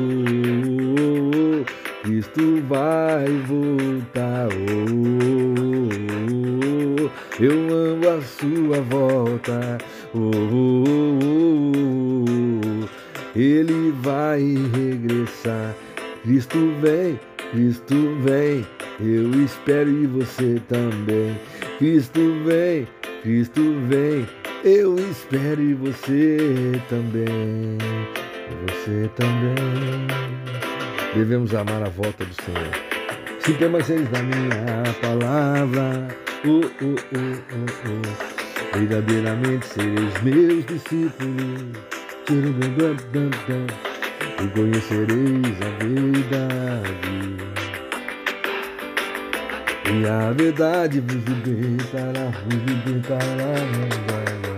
oh, oh, Cristo vai voltar. Oh, oh, oh, eu amo a sua volta. Oh, oh, oh, oh, ele vai regressar. Cristo vem, Cristo vem, eu espero e você também. Cristo vem, Cristo vem, eu espero e você também, você também. Devemos amar a volta do Senhor. se permaneceres na minha palavra, oh, oh, oh, oh, oh, verdadeiramente sereis meus discípulos, e conhecereis a verdade, e a verdade vos libertará, vos libertará.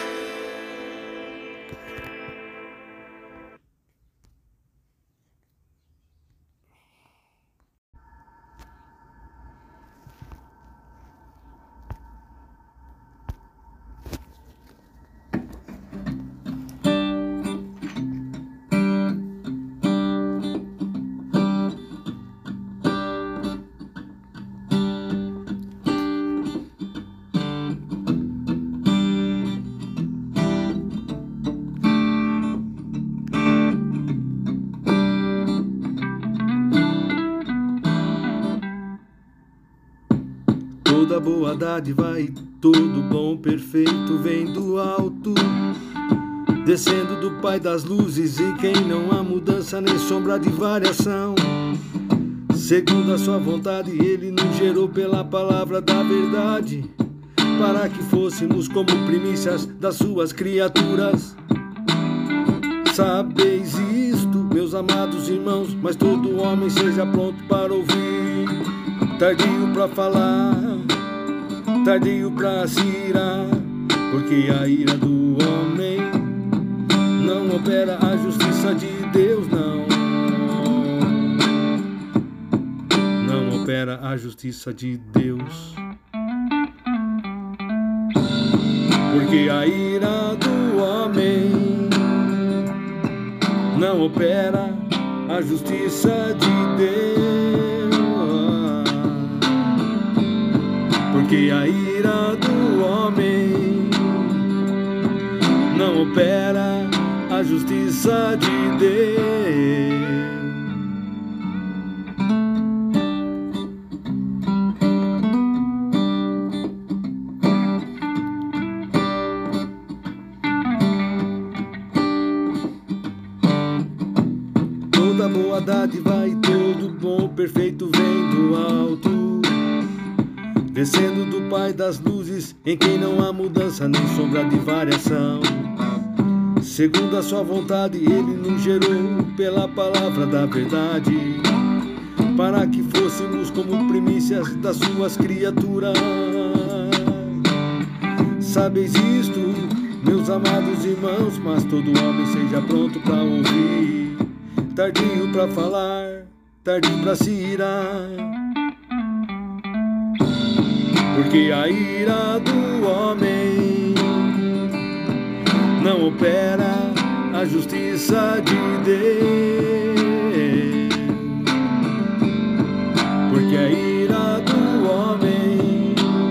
Toda boa dádiva e todo bom perfeito vem do alto, descendo do Pai das luzes, e quem não há mudança nem sombra de variação. Segundo a sua vontade, ele nos gerou pela palavra da verdade, para que fôssemos como primícias das suas criaturas. Sabeis isto, meus amados irmãos, mas todo homem seja pronto para ouvir, tardio para falar, tardio para se irar, porque a ira do homem não opera a justiça de Deus, não. Não opera a justiça de Deus, porque a ira do homem não opera a justiça de Deus, porque a ira do homem não opera a justiça de Deus. Toda boa dádiva e todo bom perfeito vem do alto, descendo do Pai das luzes, em quem não há mudança nem sombra de variação. Segundo a sua vontade, ele nos gerou pela palavra da verdade, para que fôssemos como primícias das suas criaturas. Sabeis isto, meus amados irmãos, mas todo homem seja pronto para ouvir, tardio para falar, tardio para se irar, porque a ira do homem não opera a justiça de Deus, porque a ira do homem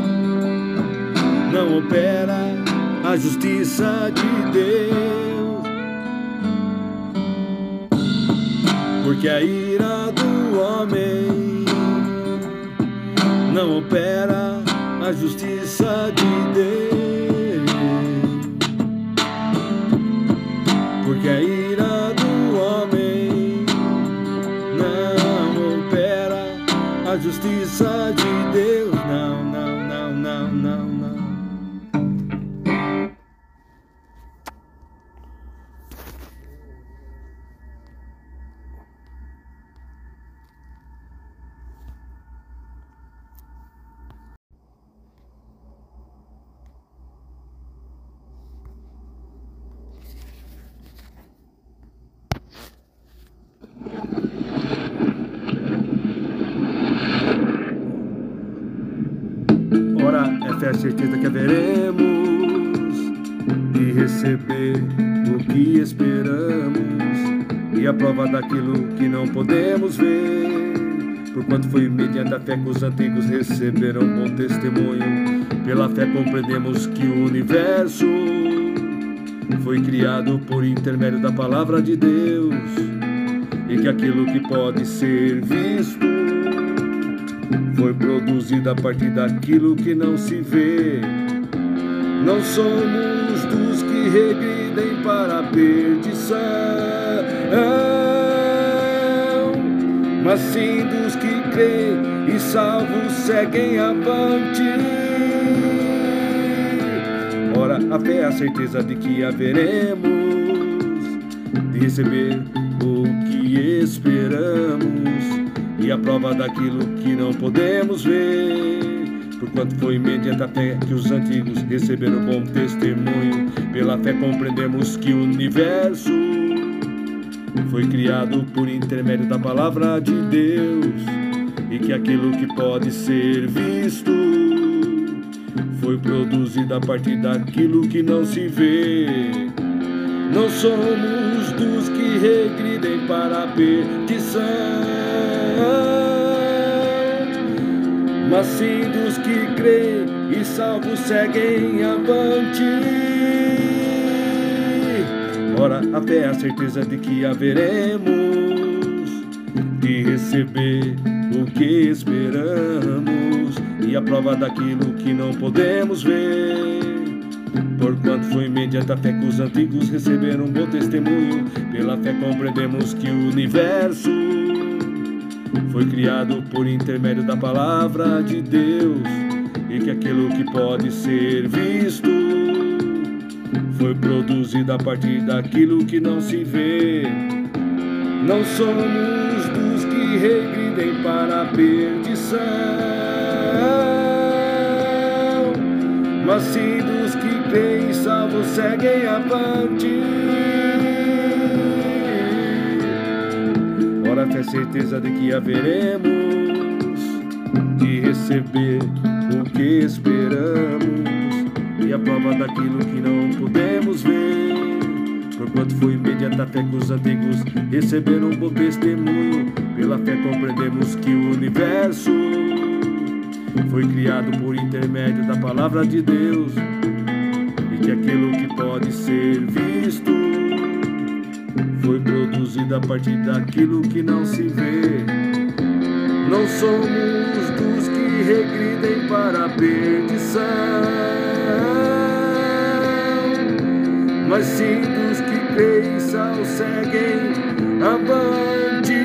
não opera a justiça de Deus, porque a ira do homem não opera a justiça de Deus, porque a ira do homem não opera a justiça de Deus, não, não, não, não, não, não. Ora, é fé, certeza que haveremos de receber o que esperamos, e a prova daquilo que não podemos ver, porquanto foi mediante a fé que os antigos receberam bom testemunho. Pela fé compreendemos que o universo foi criado por intermédio da palavra de Deus, e que aquilo que pode ser visto foi produzido a partir daquilo que não se vê. Não somos dos que regridem para a perdição, mas sim dos que creem e salvos seguem avante. Ora, a fé é a certeza de que haveremos de receber o que esperamos, e a prova daquilo que não podemos ver. Porquanto foi mediante a fé que os antigos receberam bom testemunho. Pela fé compreendemos que o universo foi criado por intermédio da palavra de Deus, e que aquilo que pode ser visto foi produzido a partir daquilo que não se vê. Não somos dos que regridem para a perdição, mas sim dos que creem e salvos seguem avante. Ora, a fé é a certeza de que haveremos de receber o que esperamos, e a prova daquilo que não podemos ver. Porquanto foi mediante a fé que os antigos receberam um bom testemunho. Pela fé compreendemos que o universo foi criado por intermédio da palavra de Deus, e que aquilo que pode ser visto foi produzido a partir daquilo que não se vê. Não somos dos que regridem para a perdição, mas sim dos que creem e salvos seguem avante. Ora, a fé é certeza de que haveremos de receber o que esperamos, e a prova daquilo que não podemos ver. Porquanto foi mediante a fé que os antigos receberam um bom testemunho. Pela fé compreendemos que o universo foi criado por intermédio da palavra de Deus, e que aquilo que pode ser visto foi produzido a partir daquilo que não se vê. Não somos dos que regridem para a perdição, mas sim dos que creem e salvos seguem avante.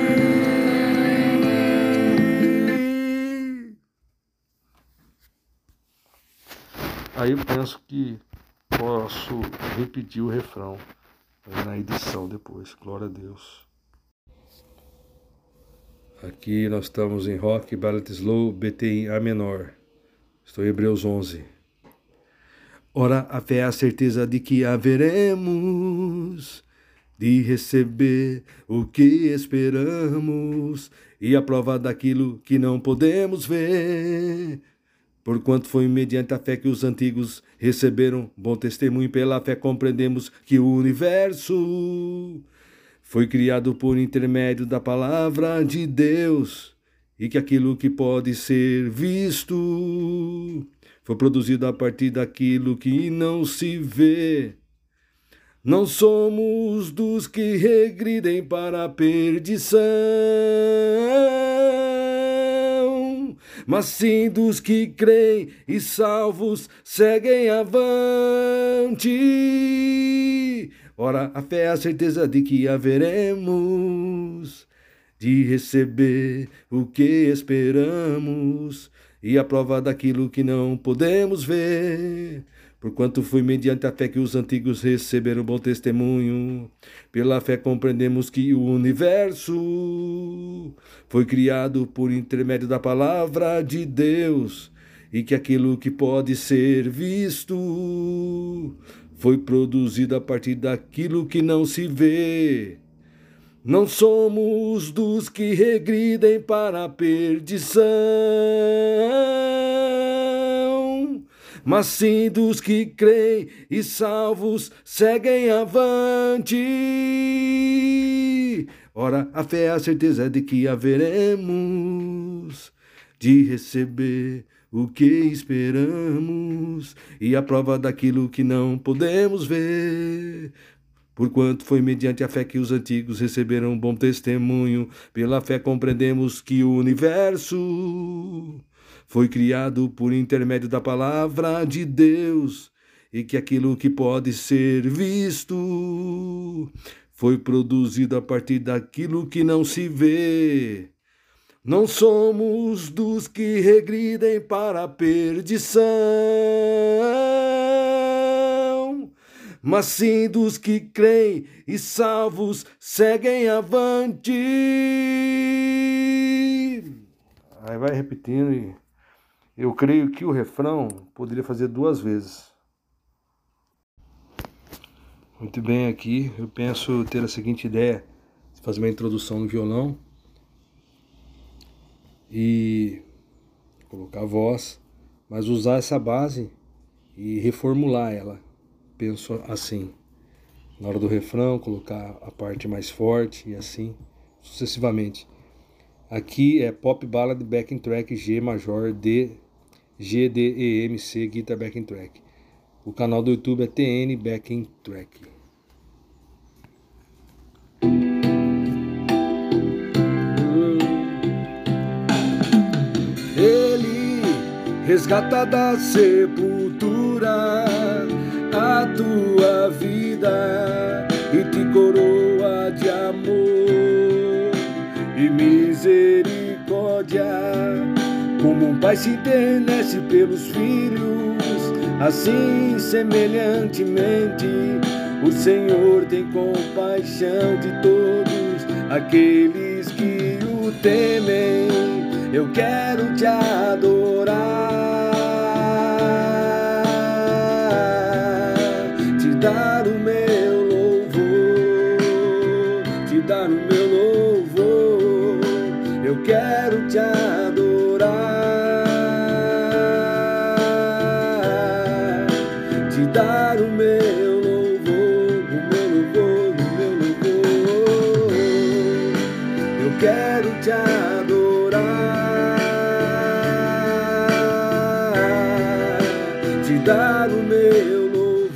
Aí eu penso que posso repetir o refrão na edição depois. Glória a Deus. Aqui nós estamos em Rock, Ballad Slow, B T em A menor. Estou em Hebreus onze. Ora, a fé é a certeza de que haveremos de receber o que esperamos, e a prova daquilo que não podemos ver. Porquanto foi mediante a fé que os antigos receberam bom testemunho. Pela fé compreendemos que o universo foi criado por intermédio da palavra de Deus, e que aquilo que pode ser visto foi produzido a partir daquilo que não se vê. Não somos dos que regridem para a perdição, mas sim dos que creem e salvos seguem avante. Ora, a fé é a certeza de que haveremos de receber o que esperamos, e a prova daquilo que não podemos ver. Porquanto foi mediante a fé que os antigos receberam bom testemunho. Pela fé compreendemos que o universo foi criado por intermédio da palavra de Deus, e que aquilo que pode ser visto foi produzido a partir daquilo que não se vê. Não somos dos que regridem para a perdição, mas sim dos que creem e salvos seguem avante. Ora, a fé é a certeza de que haveremos de receber o que esperamos, e a prova daquilo que não podemos ver. Porquanto foi mediante a fé que os antigos receberam um bom testemunho. Pela fé compreendemos que o universo foi criado por intermédio da palavra de Deus, e que aquilo que pode ser visto foi produzido a partir daquilo que não se vê. Não somos dos que regridem para a perdição, mas sim dos que creem e salvos seguem avante. Aí vai repetindo e eu creio que o refrão poderia fazer duas vezes. Muito bem, aqui eu penso ter a seguinte ideia, fazer uma introdução no violão e colocar a voz, mas usar essa base e reformular ela. Penso assim, na hora do refrão, colocar a parte mais forte e assim sucessivamente. Aqui é Pop Ballad Backing Track G Major D, G, D, E, M, C, Guitar Backing Track. O canal do YouTube é T N Backing Track. Ele resgata da sepultura a tua vida e te coroa de amor e misericórdia. Como um pai se enternece pelos filhos, assim semelhantemente o Senhor tem compaixão de todos aqueles que o temem. Eu quero te adorar, te dar o meu louvor, te dar o meu louvor. Eu quero te adorar, te dar o meu louvor, o meu louvor, o meu louvor. Eu quero te adorar, te dar o meu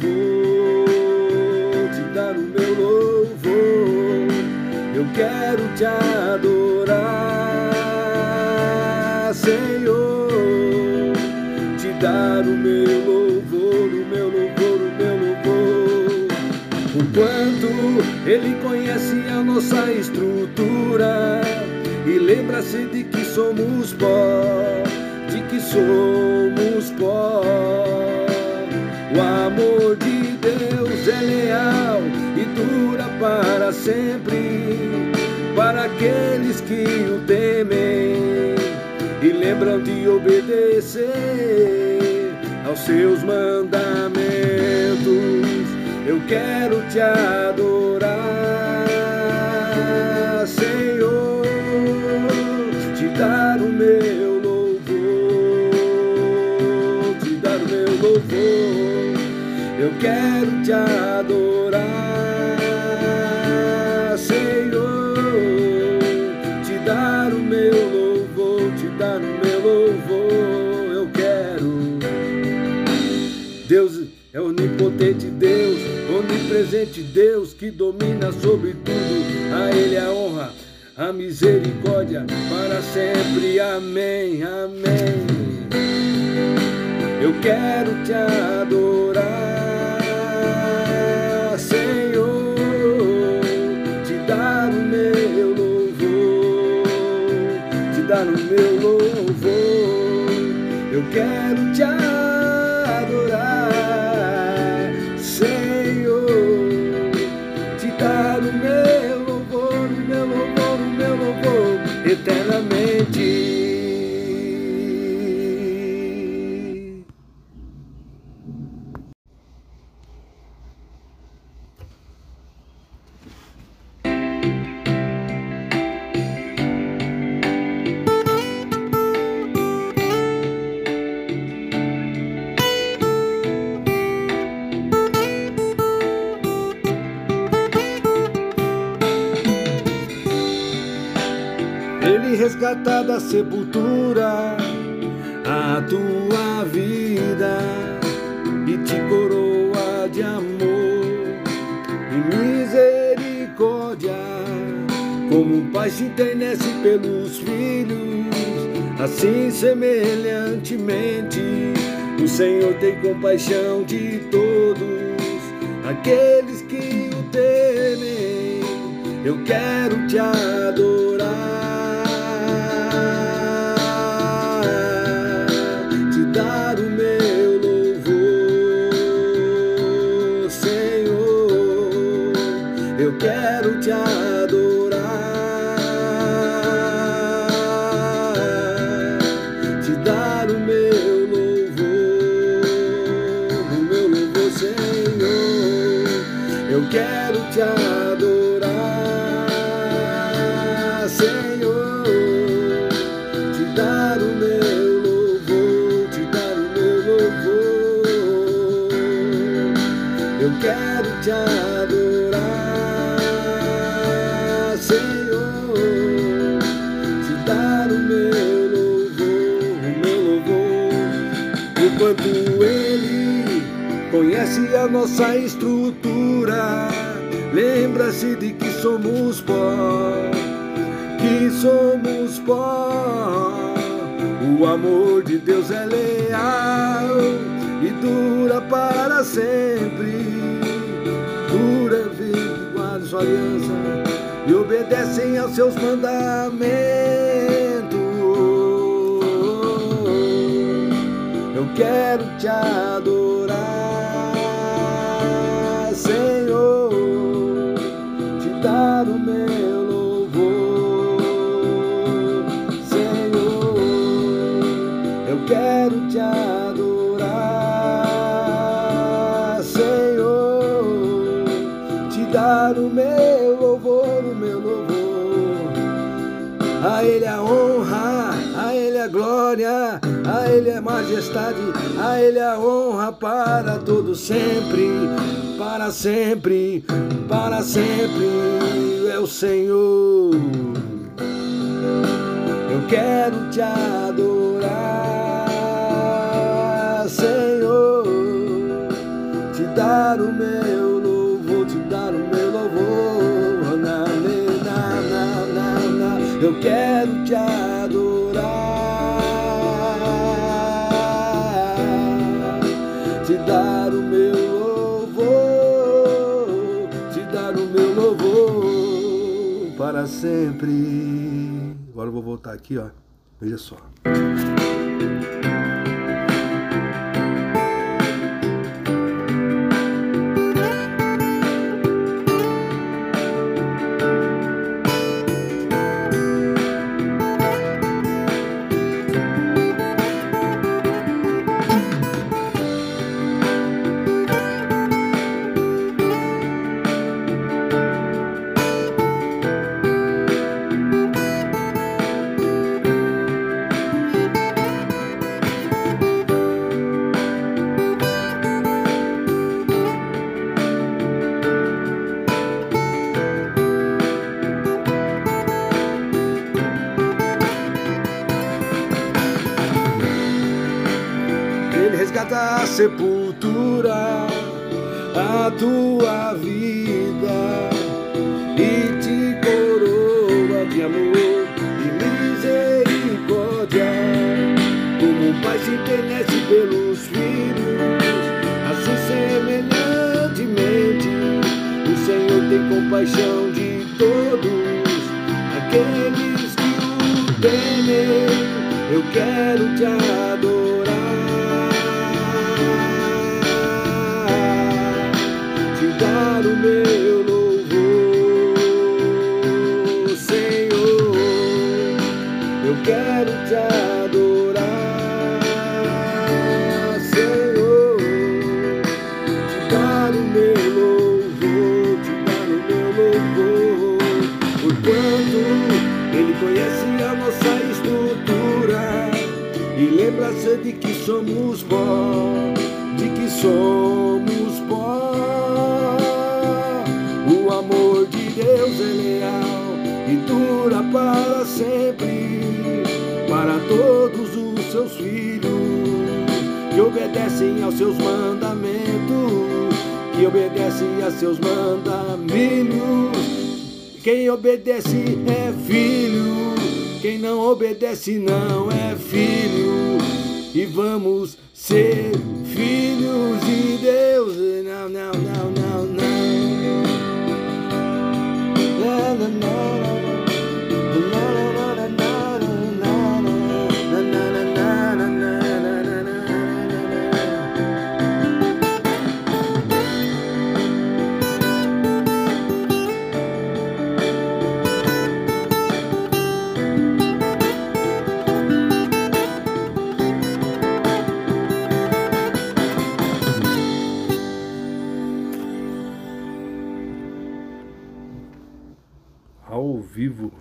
louvor, te dar o meu louvor. Eu quero te adorar, Senhor, te dar o meu louvor, o meu louvor, o meu louvor. O quanto Ele conhece a nossa estrutura e lembra-se de que somos pó, de que somos pó. O amor de Deus é leal e dura para sempre, para aqueles que o temem e lembram de obedecer aos seus mandamentos. Eu quero te adorar, Senhor, te dar o meu louvor, te dar o meu louvor. Eu quero te adorar, Senhor, te dar o meu louvor, te dar o meu louvor. Eu quero. Deus é onipotente, Deus, onipresente, Deus que domina sobre tudo. A Ele a honra, a misericórdia para sempre. Amém, amém. Eu quero te adorar, Senhor, te dar o meu louvor, te dar o meu louvor. Eu quero te adorar, Senhor, te dar o meu louvor, o meu louvor, o meu louvor, eternamente. Ele resgata da sepultura a tua vida e te coroa de amor e misericórdia. Como um pai se enternece pelos filhos, assim semelhantemente o Senhor tem compaixão de todos aqueles que o temem. Eu quero te adorar, Senhor, eu quero te adorar, Senhor, te dar o meu louvor, te dar o meu louvor. Eu quero te adorar, Senhor, te dar o meu louvor, o meu louvor. Enquanto Ele conhece a nossa estrutura, lembra-se de que somos pó, que somos pó. O amor de Deus é leal e dura para sempre. Dura, vive, guarda sua aliança e obedecem aos seus mandamentos. Eu quero te adorar, Senhor, te dar o meu louvor, Senhor, eu quero te adorar, Senhor, te dar o meu louvor, o meu louvor. A Ele a honra, a Ele a glória, a Ele a majestade, a Ele a honra para todo sempre, para sempre, para sempre é o Senhor. Eu quero te adorar, Senhor, te dar o meu louvor, te dar o meu louvor, na, na, na, na, na. Eu quero te adorar, te dar o meu louvor, te dar o meu louvor para sempre. Agora eu vou voltar aqui, ó. Veja só. Resgata a sepultura, a tua vida, e te coroa de amor e misericórdia. Como um pai se internece pelos filhos, assim semelhantemente o Senhor tem compaixão de todos aqueles que o temem. Eu quero te adorar, dar o meu louvor, Senhor, eu quero te adorar, Senhor, te dar o meu louvor, te dar o meu louvor, porquanto Ele conhece a nossa estrutura e lembra-se de que somos pó, de que somos pó. O amor de Deus é leal e dura para sempre, para todos os seus filhos que obedecem aos seus mandamentos, que obedecem a seus mandamentos. Quem obedece é filho, quem não obedece não é filho. E vamos ser filhos de Deus. Não, não, não, não, não. vivo.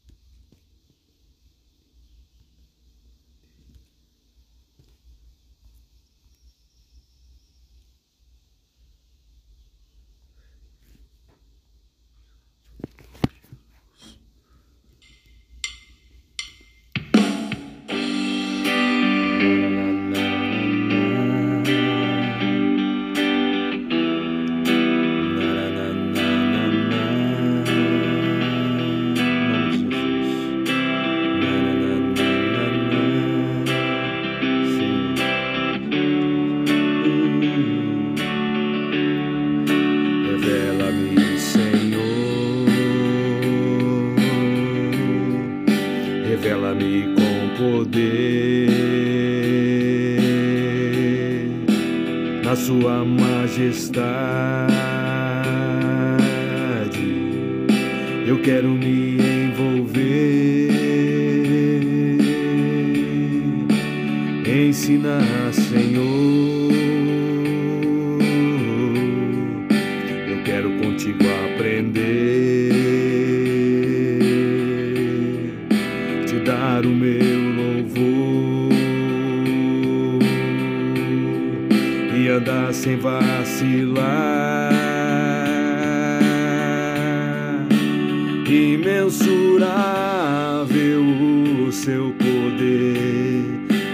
Revela-me com poder na sua majestade. Eu quero me envolver. Ensina, Senhor. Eu quero contigo aprender. Dar o meu louvor e andar sem vacilar. Imensurável o seu poder,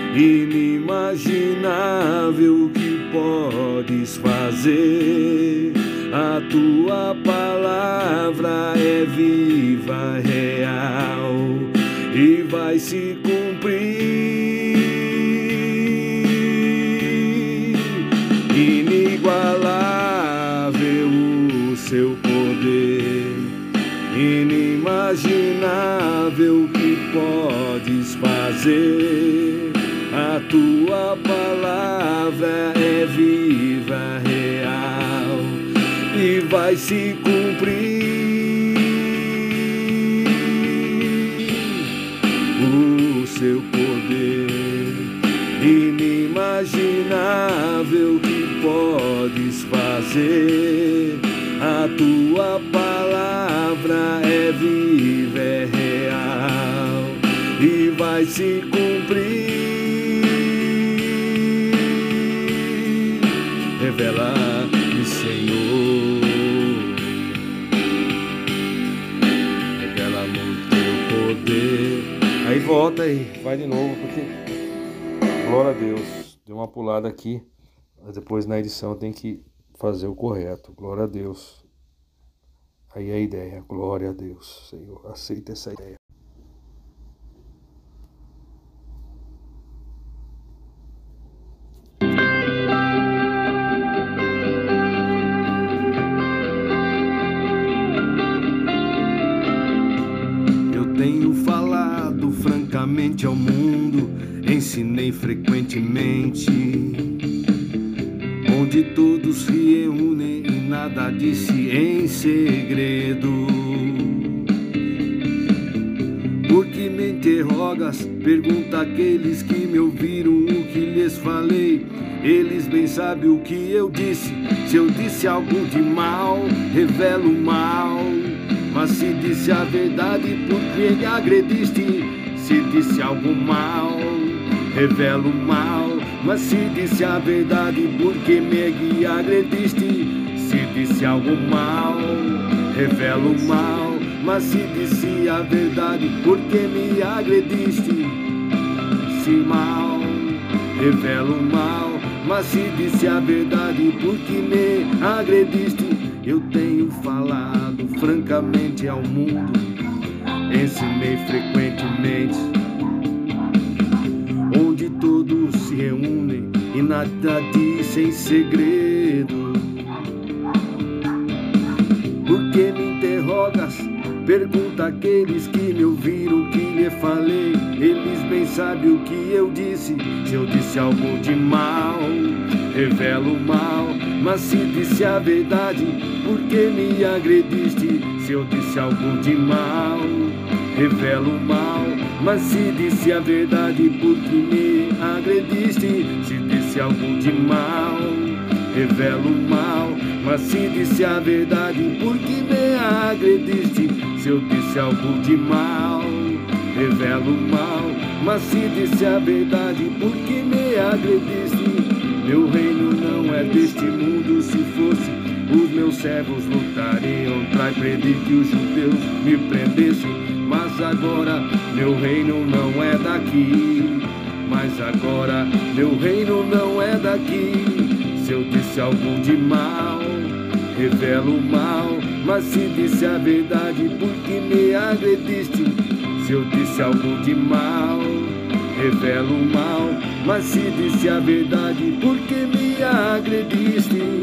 inimaginável o que podes fazer. A tua palavra é viva, real e vai se cumprir. Inigualável o seu poder, inimaginável o que podes fazer. A tua palavra é viva, real e vai se cumprir. Seu poder inimaginável que podes fazer. A tua palavra é viva, é real e vai se cumprir. Revela-me, Senhor. Revela-me o teu poder. Aí volta aí, vai de novo, porque glória a Deus, deu uma pulada aqui, mas depois na edição tem que fazer o correto, glória a Deus. Aí é a ideia, glória a Deus, Senhor, aceita essa ideia. Eu tenho falado francamente ao mundo, ensinei frequentemente, onde todos se reúnem e nada disse em segredo. Por que me interrogas? Pergunta aqueles que me ouviram o que lhes falei. Eles bem sabem o que eu disse. Se eu disse algo de mal, revelo mal. Mas se disse a verdade, por que me agrediste? Se disse algo mal, revelo mal. Mas se disse a verdade, por que me agrediste? Se disse algo mal, revelo mal. Mas se disse a verdade, por que me agrediste? Se mal, revelo mal. Mas se disse a verdade, por que me agrediste? Eu tenho falado francamente ao mundo, ensinei frequentemente, onde todos se reúnem e nada disse em segredo. Por que me interrogas? Pergunta aqueles que me ouviram o que lhe falei. Eles bem sabem o que eu disse. Se eu disse algo de mal, revelo mal. Mas se disse a verdade, por que me agrediste? Se eu disse algo de mal, revelo mal. Mas se disse a verdade, por que me agrediste? Se disse algo de mal, revelo mal. Mas se disse a verdade, por que me agrediste? Se eu disse algo de mal, revelo o mal. Mas se disse a verdade, por que me agrediste? Meu reino não é deste mundo. Se fosse, os meus servos lutariam pra impedir que os judeus me prendessem. Mas agora meu reino não é daqui. Mas agora meu reino não é daqui. Se eu disse algo de mal, revelo o mal. Mas se disse a verdade, por que me agrediste? Se eu disse algo de mal, revelo o mal. Mas se disse a verdade, por que me agrediste?